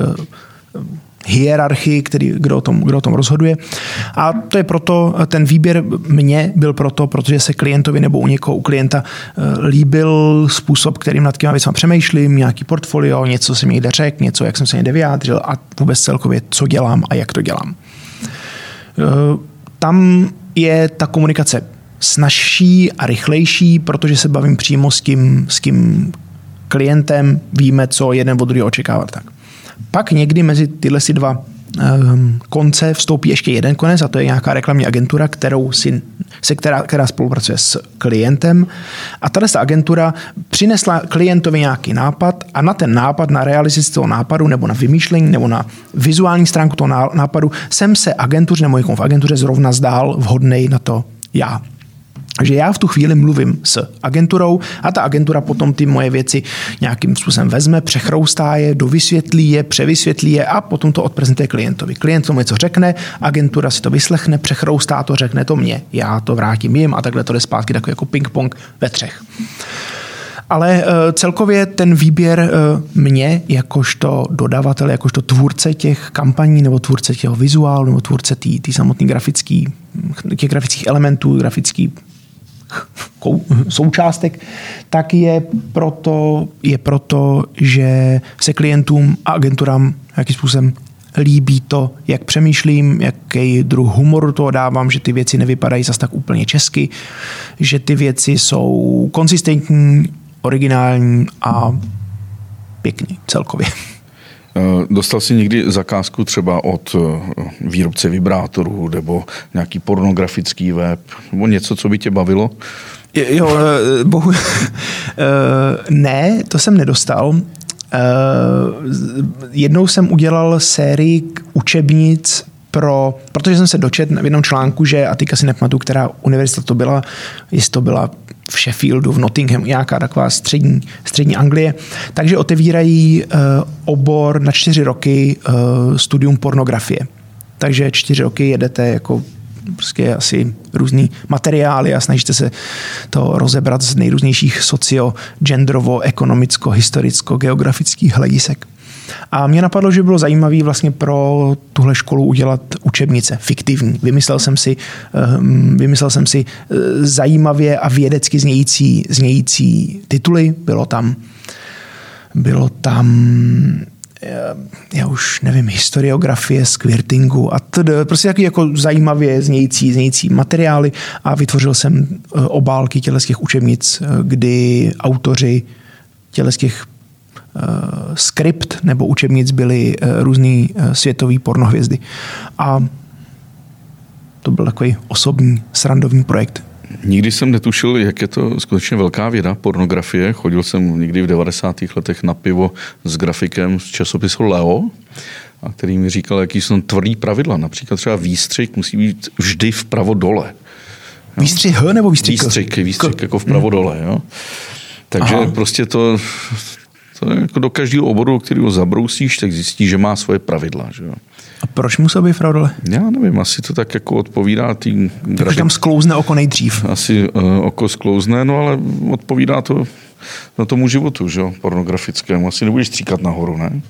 hierarchii, kdo o tom rozhoduje. A to je proto, ten výběr mě byl proto, protože se klientovi nebo u klienta líbil způsob, kterým nad těma věcma přemýšlím, nějaký portfolio, něco jsem někde řekl, něco, jak jsem se někde vyjádřil a vůbec celkově, co dělám a jak to dělám. Tam je ta komunikace snazší a rychlejší, protože se bavím přímo s tím klientem, víme, co jeden od druhého očekávat. Tak. Pak někdy mezi tyhle si dva konce vstoupí ještě jeden konec a to je nějaká reklamní agentura, která spolupracuje s klientem a tato agentura přinesla klientovi nějaký nápad a na ten nápad, na realizaci toho nápadu nebo na vymýšlení nebo na vizuální stránku toho nápadu jsem se agentuře nebo někomu v agentuře zrovna zdál vhodnej na to já. Takže já v tu chvíli mluvím s agenturou a ta agentura potom ty moje věci nějakým způsobem vezme, přechroustá je, dovysvětlí je, převysvětlí je a potom to odprezentuje klientovi. Klient tomu něco řekne, agentura si to vyslechne, přechroustá to, řekne to mně, já to vrátím jim a takhle to jde zpátky takový jako ping-pong ve třech. Ale celkově ten výběr mě, jakožto dodavatele, jakožto tvůrce těch kampaní nebo tvůrce těch vizuálu nebo tvůrce těch samotných grafických elementů, grafických součástek, tak je proto, že se klientům a agenturám jakým způsobem líbí to, jak přemýšlím, jaký druh humoru toho dávám, že ty věci nevypadají zas tak úplně česky, že ty věci jsou konzistentní, originální a pěkný celkově. Dostal jsi někdy zakázku třeba od výrobce vibrátorů nebo nějaký pornografický web nebo něco, co by tě bavilo? Jo, ne, to jsem nedostal. Jednou jsem udělal sérii učebnic protože jsem se dočetl v jednom článku, že, a teďka si nepamatuju, která univerzita to byla, jestli to byla v Sheffieldu, v Nottinghamu, nějaká taková střední Anglie, takže otevírají obor na 4 roky studium pornografie. Takže 4 roky jedete jako prostě asi různý materiály a snažíte se to rozebrat z nejrůznějších genderovo, ekonomicko, historicko, geografických hledisek. A mě napadlo, že bylo zajímavé vlastně pro tuhle školu udělat učebnice fiktivní. Vymyslel jsem si zajímavě a vědecky znějící tituly. Bylo tam já už nevím, historiografie, squirtingu a prostě taky jako zajímavě znějící materiály a vytvořil jsem obálky těch učebnic, kdy autoři těch skript nebo učebnic byly různý světový pornohvězdy. A to byl takový osobní, srandovní projekt. Nikdy jsem netušil, jak je to skutečně velká věda, pornografie. Chodil jsem někdy v 90. letech na pivo s grafikem z časopisu Leo, a který mi říkal, jaký jsou tvrdý pravidla. Například třeba výstřik musí být vždy vpravo dole. Výstřik H nebo výstřik? Výstřik jako vpravo dole. Jo? Takže prostě to jako do každého oboru, který ho zabrousíš, tak zjistíš, že má svoje pravidla. Že jo? A proč musel být vpravo dole? Já nevím, asi to tak jako odpovídá tý Takže tam sklouzne oko nejdřív. Asi oko sklouzne, no ale odpovídá to na tomu životu, že jo, pornografickému. Asi nebudeš stříkat nahoru, ne?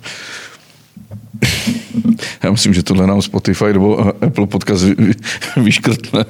Já myslím, že tohle nám Spotify nebo Apple Podcast vyškrtne.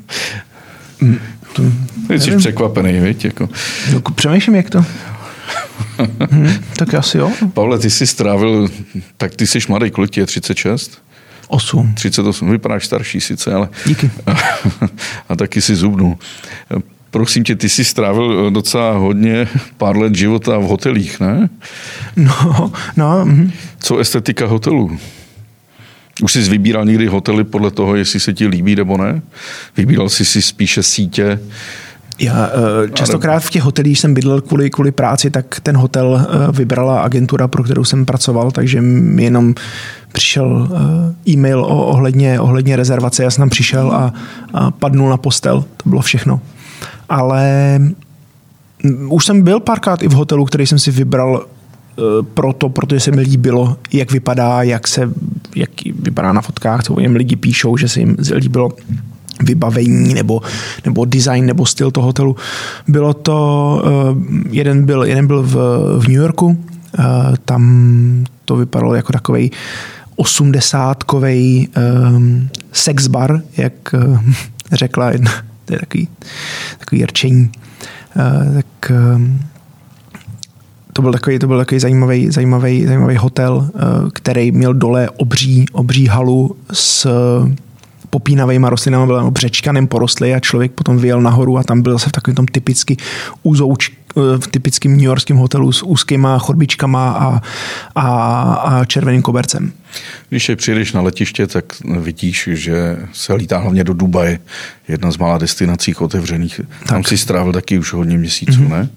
Jsi překvapený, viď? Jako. Přemýšlím, jak to... tak asi jo. Pavle, ty jsi strávil, tak ty jsi mladý, kolik ti je, 36? 8. 38, vypadáš starší sice, ale... Díky. A taky si zubnul. Prosím tě, ty jsi strávil docela hodně pár let života v hotelích, ne? No. Co estetika hotelů? Už jsi vybíral někdy hotely podle toho, jestli se ti líbí nebo ne? Vybíral jsi si spíše sítě? Já častokrát v těch hotelích jsem bydlel kvůli práci, tak ten hotel vybrala agentura, pro kterou jsem pracoval, takže mi jenom přišel e-mail ohledně rezervace, já jsem tam přišel a padnul na postel, to bylo všechno. Ale už jsem byl párkrát i v hotelu, který jsem si vybral protože se mi líbilo, jak vypadá, jak vypadá na fotkách, co o něm lidi píšou, že se jim líbilo vybavení nebo design nebo styl toho hotelu. Bylo to, jeden byl v New Yorku, tam to vypadalo jako takovej 80kovej sex bar, jak řekla jedna, to je takový rčení. Tak to byl takový zajímavý hotel, který měl dole obří halu s popínavejma rostlinama, byl břečkanem porostlý a člověk potom vyjel nahoru a tam byl zase v takovém tom typicky v typickým newyorském hotelu s úzkýma chodbičkama a červeným kobercem. Když přijedeš na letiště, tak vidíš, že se lítá hlavně do Dubaje, jedna z mála destinací otevřených. Tam si strávil taky už hodně měsíců, ne?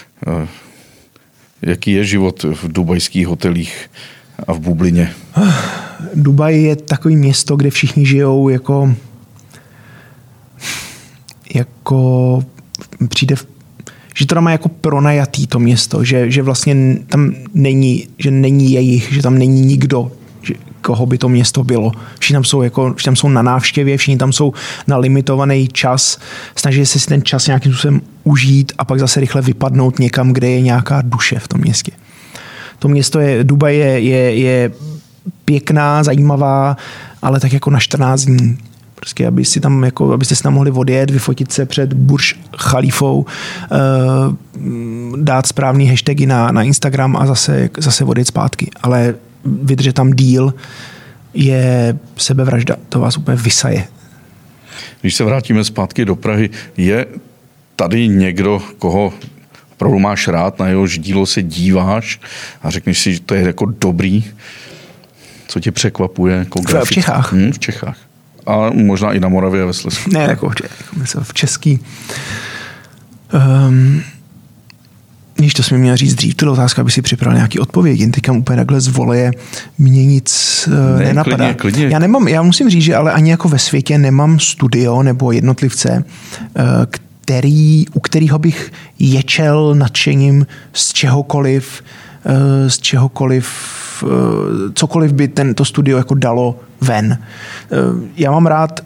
Jaký je život v dubajských hotelích a v bublině? Dubaj je takový město, kde všichni žijou jako přijde, že to tam má jako pronajatý to město, že vlastně tam není jejich, že tam není nikdo, koho by to město bylo. Všichni tam jsou na návštěvě, všichni tam jsou na limitovaný čas, snaží se si ten čas nějakým způsobem užít a pak zase rychle vypadnout někam, kde je nějaká duše v tom městě. To město Dubaj je pěkná, zajímavá, ale tak jako na 14 dní. Prostě, abyste si tam mohli odjet, vyfotit se před Burj Khalifou, dát správný hashtagy na Instagram a zase odjet zpátky. Ale vydržet tam díl je sebevražda. To vás úplně vysaje. Když se vrátíme zpátky do Prahy, je tady někdo, koho opravdu máš rád, na jehož dílo se díváš a řekneš si, že to je jako dobrý? Co tě překvapuje? Jako v Čechách. V Čechách. A možná i na Moravě a ve Slezsku. Ne, jako v český. Když to jsme měl říct dřív, to je otázka, aby si připravil nějaký odpověď. Jen teďka úplně takhle z voleje mě nic nenapadá. Klidně. Já musím říct, že ale ani jako ve světě nemám studio nebo jednotlivce, u kterého bych ječel nadšením z čehokoliv, cokoliv by to studio jako dalo ven. Já mám rád,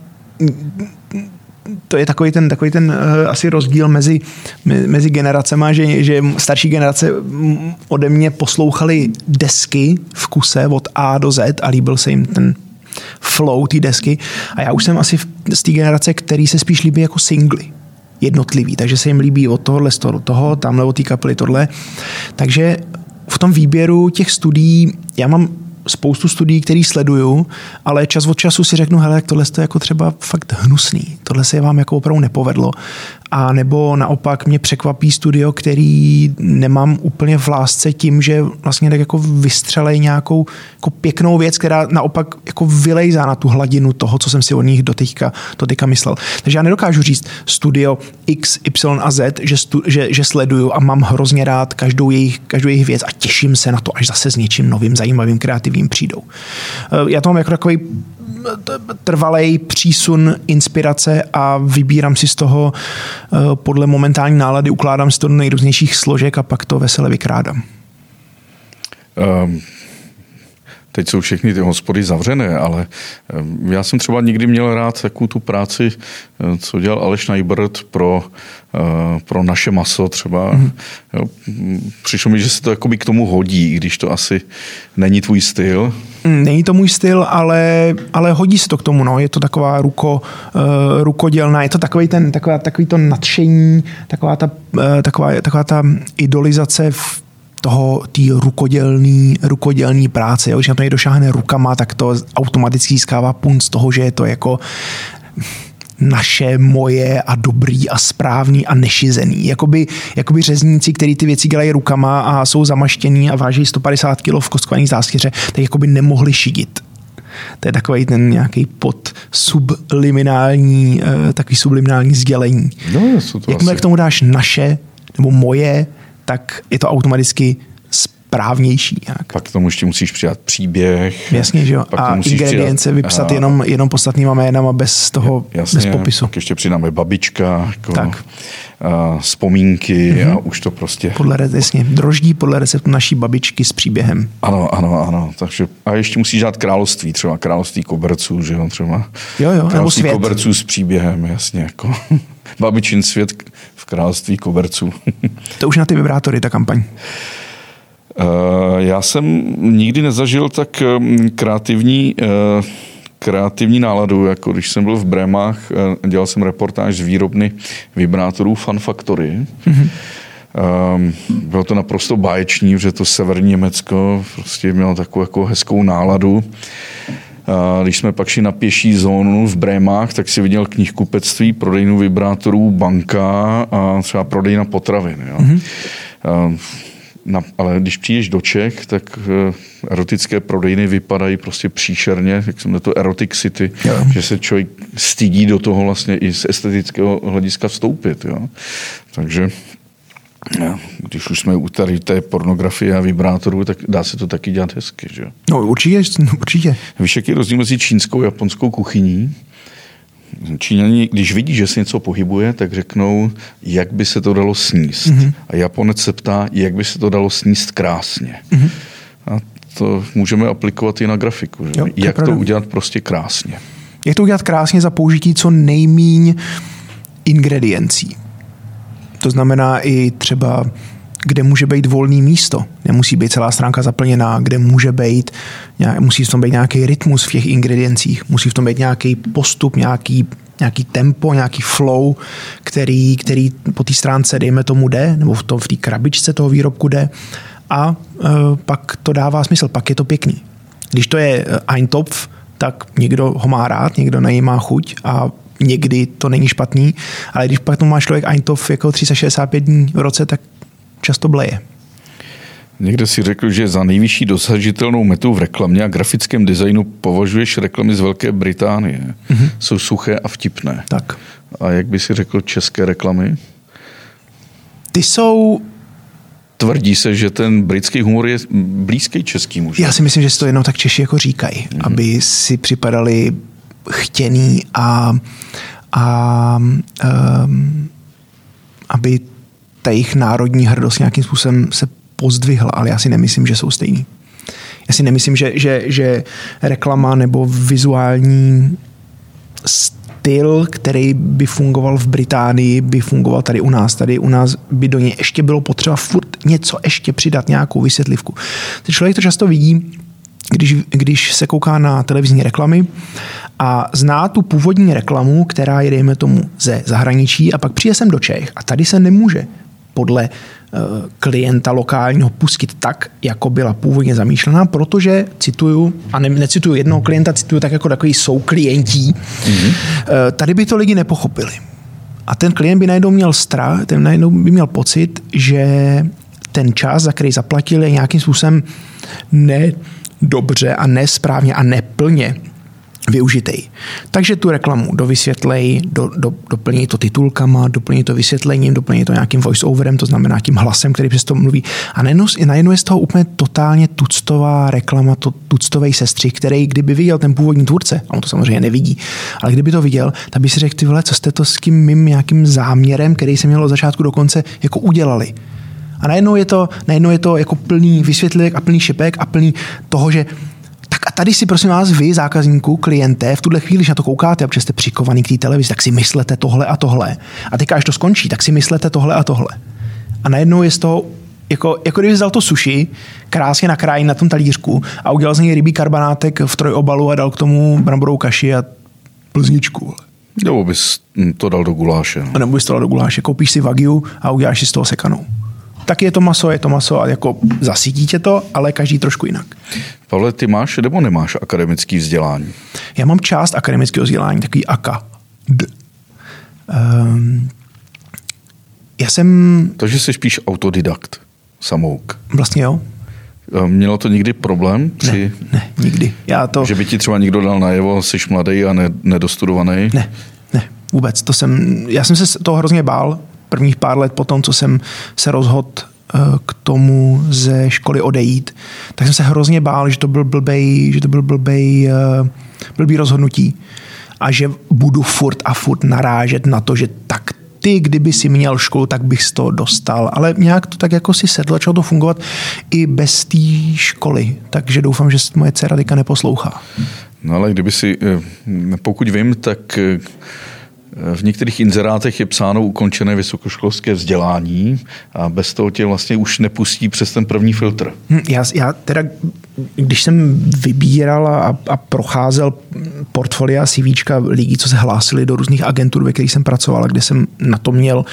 to je takový ten asi rozdíl mezi generacema, že starší generace ode mě poslouchali desky v kuse od A do Z a líbil se jim ten flow té desky. A já už jsem asi z té generace, který se spíš líbí jako singly. Jednotlivý, takže se jim líbí od tohohle do toho, tamhle od té kapely tohle. Takže v tom výběru těch studií, já mám spoustu studií, který sleduju, ale čas od času si řeknu, hele, tohle je jako třeba fakt hnusný. Tohle se vám jako opravdu nepovedlo. A nebo naopak mě překvapí studio, který nemám úplně v lásce tím, že vlastně tak jako vystřelej nějakou jako pěknou věc, která naopak jako vylejzá na tu hladinu toho, co jsem si od nich doteďka myslel. Takže já nedokážu říct studio X, Y a Z, že sleduju a mám hrozně rád každou jejich věc a těším se na to, až zase s něčím novým, zajímavým, kreativním přijdou. Já to mám jako takový trvalej přísun inspirace a vybírám si z toho podle momentální nálady, ukládám si to do nejrůznějších složek a pak to vesele vykrádám. Teď jsou všechny ty hospody zavřené, ale já jsem třeba nikdy měl rád takovou tu práci, co dělal Aleš Najbrt pro Naše maso třeba. Jo, přišlo mi, že se to jakoby k tomu hodí, i když to asi není tvůj styl. Není to můj styl, ale hodí se to k tomu. No. Je to taková rukodělná, je to takový to nadšení, taková ta idolizace té rukodělný práce. Jo? Když na to někdo šáhne rukama, tak to automaticky získává punc z toho, že je to jako naše, moje a dobrý a správný a nešizený. Jakoby řezníci, kteří ty věci dělají rukama a jsou zamaštění a váží 150 kg v kostkovaný zástěře, tak jakoby nemohli šidit. To je takový ten nějaký subliminální sdělení. No, jakmile k tomu dáš naše nebo moje, tak je to automaticky správnější. Jak. Pak k tomu ještě musíš přidat příběh. Jasně, že jo. A ingredience vypsat jenom podstatnýma jménama bez toho, bez popisu. Tak ještě přidáme babička, jako vzpomínky a už to prostě... Droždí podle receptu naší babičky s příběhem. Ano. Takže, a ještě musíš dát království, třeba království koberců, že jo, třeba. Jo, království koberců s příběhem, jasně, jako babičin svět v království koberců. To už na ty vibrátory, ta kampaň. Já jsem nikdy nezažil tak kreativní náladu, jako když jsem byl v Brémách, dělal jsem reportáž z výrobny vibrátorů Fun Factory. Bylo to naprosto báječný, protože to severní Německo prostě mělo takovou jako hezkou náladu. A když jsme pak šli na pěší zónu v Brémách, tak si viděl knihkupectví, prodejnu vibrátorů, banka a třeba prodejna potravin. Jo. Ale když přijdeš do Čech, tak erotické prodejny vypadají prostě příšerně, jak jsem to Erotic City, že se člověk stydí do toho vlastně i z estetického hlediska vstoupit. Jo. Takže když už jsme u tady té pornografie a vibrátorů, tak dá se to taky dělat hezky. Že? No určitě. Víš, jaký je rozdíl mezi čínskou a japonskou kuchyní? Číňani, když vidí, že se něco pohybuje, tak řeknou, jak by se to dalo sníst. A Japonec se ptá, jak by se to dalo sníst krásně. A to můžeme aplikovat i na grafiku. Že? Jo, jak to udělat prostě krásně. Jak to udělat krásně za použití co nejmíň ingrediencí. To znamená i třeba, kde může být volný místo. Nemusí být celá stránka zaplněná, kde musí v tom být nějaký rytmus v těch ingrediencích, musí v tom být nějaký postup, nějaký tempo, nějaký flow, který po té stránce, dejme tomu, jde, nebo v té krabičce toho výrobku jde a pak to dává smysl, pak je to pěkný. Když to je Eintopf, tak někdo ho má rád, někdo na něj má chuť a někdy to není špatný, ale když pak to má člověk Eintopf jako 365 dní v roce, tak často bleje. Někde si řekl, že za nejvyšší dosažitelnou metu v reklamě a grafickém designu považuješ reklamy z Velké Británie. Jsou suché a vtipné. Tak. A jak by si řekl české reklamy? Ty jsou... Tvrdí se, že ten britský humor je blízký českýmu. Že? Já si myslím, že si to jenom tak Češi jako říkají, aby si připadali chtěný a aby ta jejich národní hrdost nějakým způsobem se pozdvihla, ale já si nemyslím, že jsou stejný. Já si nemyslím, že reklama nebo vizuální styl, který by fungoval v Británii, by fungoval tady u nás. Tady u nás by do něj ještě bylo potřeba furt něco ještě přidat, nějakou vysvětlivku. Člověk to často vidí, když se kouká na televizní reklamy a zná tu původní reklamu, která je, dejme tomu, ze zahraničí a pak přijde sem do Čech a tady se nemůže podle klienta lokálního pustit tak, jako byla původně zamýšlená, protože cituju, a necituju jednoho klienta, cituju tak jako takový souklientí, tady by to lidi nepochopili. A ten klient by najednou měl strach, ten najednou by měl pocit, že ten čas, za který zaplatil, je nějakým způsobem nedobře a nesprávně a neplně využitej. Takže tu reklamu dovysvětlej, doplní to titulkama, doplní to vysvětlením, doplní to nějakým voice-overem, to znamená tím hlasem, který přes to mluví. A najednou je z toho úplně totálně tuctová reklama, tuctovej sestřih, který kdyby viděl ten původní tvůrce, a on to samozřejmě nevidí, ale kdyby to viděl, tak by si řekl, ty vole, co jste to s tím mým nějakým záměrem, který jsem měl od začátku do konce, jako udělali. A najednou je to jako plný vysvětlivek a plný šipek a plný toho, že tak a tady si prosím vás vy, zákazníku, klienté, v tuhle chvíli, když na to koukáte, protože jste přikovaný k té televizi, tak si myslete tohle a tohle. A teď, až to skončí, tak si myslete tohle a tohle. A najednou je z toho, jako kdyby vzal to sushi, krásně nakrájí na tom talířku a udělal z něj rybí karbanátek v trojobalu a dal k tomu bramborovou kaši a plzničku. Nebo bys to dal do guláše. No. Nebo bys to dal do guláše. Koupíš si wagyu a uděláš si z toho sekanou. Tak je to maso a jako zasytí tě to, ale každý trošku jinak. Pavle, ty máš nebo nemáš akademické vzdělání? Já mám část akademického vzdělání, takový AKA. Já jsem... Takže jsi spíš autodidakt, samouk. Vlastně jo. Mělo to někdy problém? Ne, nikdy. Že by ti třeba někdo dal najevo, jsi mladý a nedostudovaný? Ne, vůbec. Já jsem se toho hrozně bál. Prvních pár let po tom, co jsem se rozhodl k tomu ze školy odejít, tak jsem se hrozně bál, že to byl blbý rozhodnutí a že budu furt narážet na to, že tak ty, kdyby si měl školu, tak bych to dostal. Ale nějak to tak jako si sedlo, začalo to fungovat i bez té školy. Takže doufám, že moje dcera teďka neposlouchá. No ale pokud vím, tak v některých inzerátech je psáno ukončené vysokoškolské vzdělání a bez toho tě vlastně už nepustí přes ten první filtr. Já teda, když jsem vybíral a procházel portfolia CVčka lidí, co se hlásili do různých agentur, ve kterých jsem pracoval, kde jsem na to měl,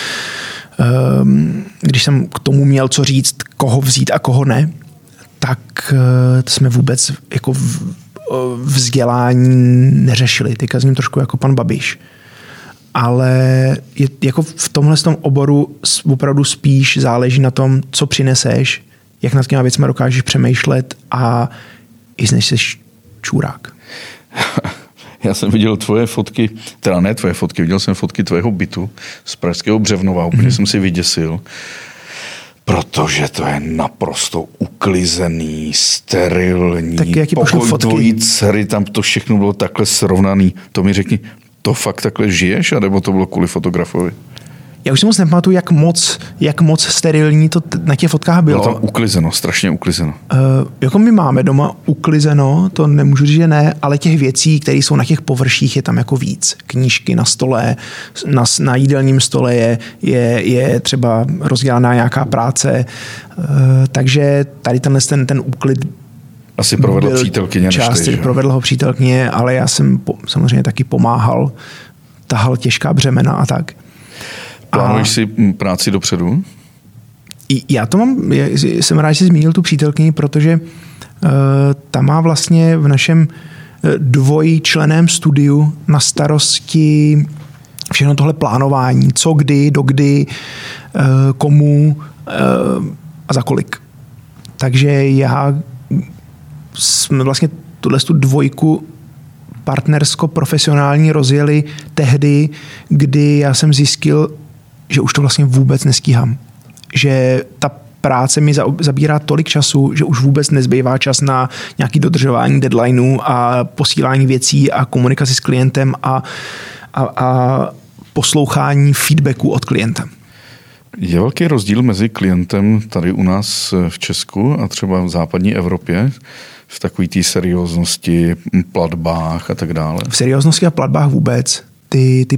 když jsem k tomu měl co říct, koho vzít a koho ne, tak jsme vůbec jako vzdělání neřešili. Teďka s ním trošku jako pan Babiš. Ale jako v tomhle oboru opravdu spíš záleží na tom, co přineseš, jak nad těma věcmi dokážeš přemýšlet a i než seš čurák. Já jsem viděl tvoje fotky, teda ne tvoje fotky, viděl jsem fotky tvého bytu z pražského Břevnova, úplně jsem si vyděsil, protože to je naprosto uklizený, sterilní, tak jaký pokoj tvojí dcery, tam to všechno bylo takhle srovnaný. To mi řekni, to fakt takhle žiješ, anebo to bylo kvůli fotografovi? Já už si moc nepamatuju, jak moc sterilní to na těch fotkách bylo. Bylo tam uklizeno, strašně uklizeno. Jako my máme doma uklizeno, to nemůžu říct, že ne, ale těch věcí, které jsou na těch površích, je tam jako víc. Knížky na stole, na jídelním stole je třeba rozdělaná nějaká práce, takže tady ten úklid asi provedla přítelkyně než ty, že? Provedla ho přítelkyně, ale já jsem samozřejmě taky pomáhal, tahal těžká břemena a tak. Plánuješ si práci dopředu? Já to mám, jsem rád, že jsi zmínil tu přítelkyni, protože ta má vlastně v našem dvojčlenném studiu na starosti všechno tohle plánování, co kdy, dokdy, komu a za kolik. Takže jsme vlastně tu dvojku partnersko-profesionální rozjeli tehdy, kdy já jsem zjistil, že už to vlastně vůbec nestíhám. Že ta práce mi zabírá tolik času, že už vůbec nezbývá čas na nějaké dodržování deadlineů a posílání věcí a komunikaci s klientem a poslouchání feedbacku od klienta. Je velký rozdíl mezi klientem tady u nás v Česku a třeba v západní Evropě v takové té serióznosti, platbách a tak dále? V serióznosti a platbách vůbec. Ty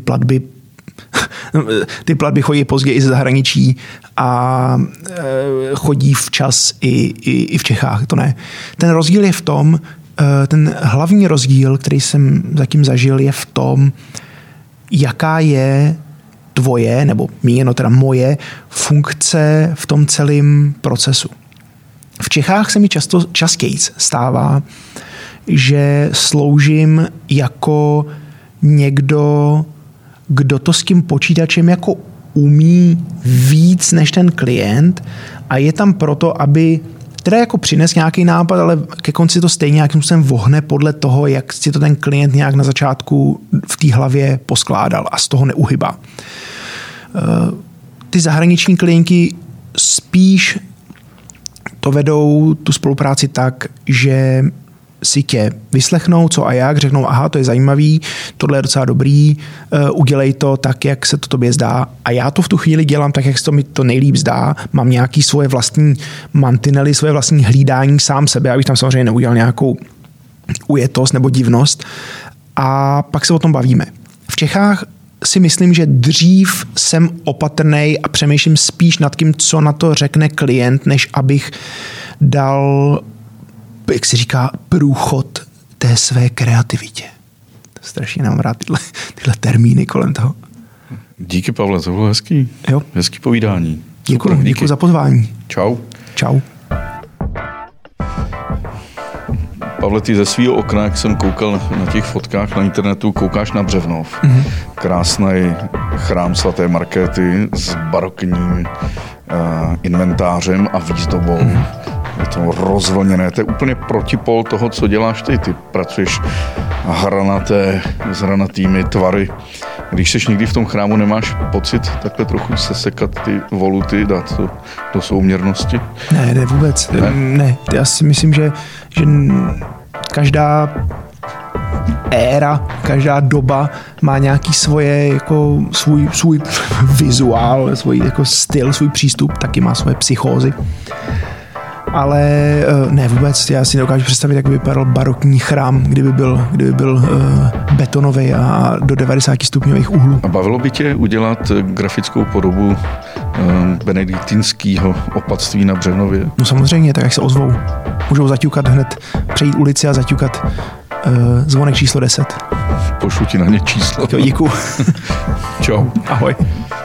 platby chodí později i ze zahraničí a chodí včas i v Čechách, to ne. Ten rozdíl je v tom, ten hlavní rozdíl, který jsem zatím zažil, je v tom, jaká je tvoje, nebo míněno teda moje, funkce v tom celém procesu. V Čechách se mi častěji stává, že sloužím jako někdo, kdo to s tím počítačem jako umí víc než ten klient a je tam proto, aby teda jako přines nějaký nápad, ale ke konci to stejně nějakým způsobem vohne podle toho, jak si to ten klient nějak na začátku v té hlavě poskládal a z toho neuhybá. Ty zahraniční klienti spíš to vedou tu spolupráci tak, že si tě vyslechnou, co a jak, řeknou, aha, to je zajímavý, tohle je docela dobrý, udělej to tak, jak se to tobě zdá. A já to v tu chvíli dělám tak, jak se to mi to nejlíp zdá. Mám nějaký svoje vlastní mantinely, svoje vlastní hlídání sám sebe, abych tam samozřejmě neudělal nějakou ujetost nebo divnost. A pak se o tom bavíme. V Čechách si myslím, že dřív jsem opatrnej a přemýšlím spíš nad tím, co na to řekne klient, než abych dal, jak se říká, průchod té své kreativitě. Strašně nám rád tyhle termíny kolem toho. Díky, Pavle, to bylo hezký. Jo. Hezký povídání. Děkuji za pozvání. Čau. Čau. Pavle, ty ze svého okna, jak jsem koukal na těch fotkách na internetu, koukáš na Břevnov. Mm-hmm. Krásný chrám svaté Markéty s barokním inventářem a výzdobou. Mm-hmm. Je to rozvlněné. To je úplně protipol toho, co děláš ty. Ty pracuješ s hranatými tvary. Když seš někdy v tom chrámu, nemáš pocit takhle trochu sesekat ty voluty, dát to do souměrnosti? Ne, vůbec. Ne. Já si myslím, že každá éra, každá doba má nějaký svoje, jako svůj vizuál, svůj jako styl, svůj přístup, taky má svoje psychózy. Ale ne vůbec, já si nedokážu představit, jak by vypadal barokní chrám, kdyby byl betonový a do 90 stupňových úhlů. A bavilo by tě udělat grafickou podobu benediktinského opatství na Břevnově? No samozřejmě, tak jak se ozvou. Můžou zaťukat hned, přejít ulici a zaťukat zvonek číslo 10. Pošlu ti na ně číslo. Jo, díku. Čau. Ahoj.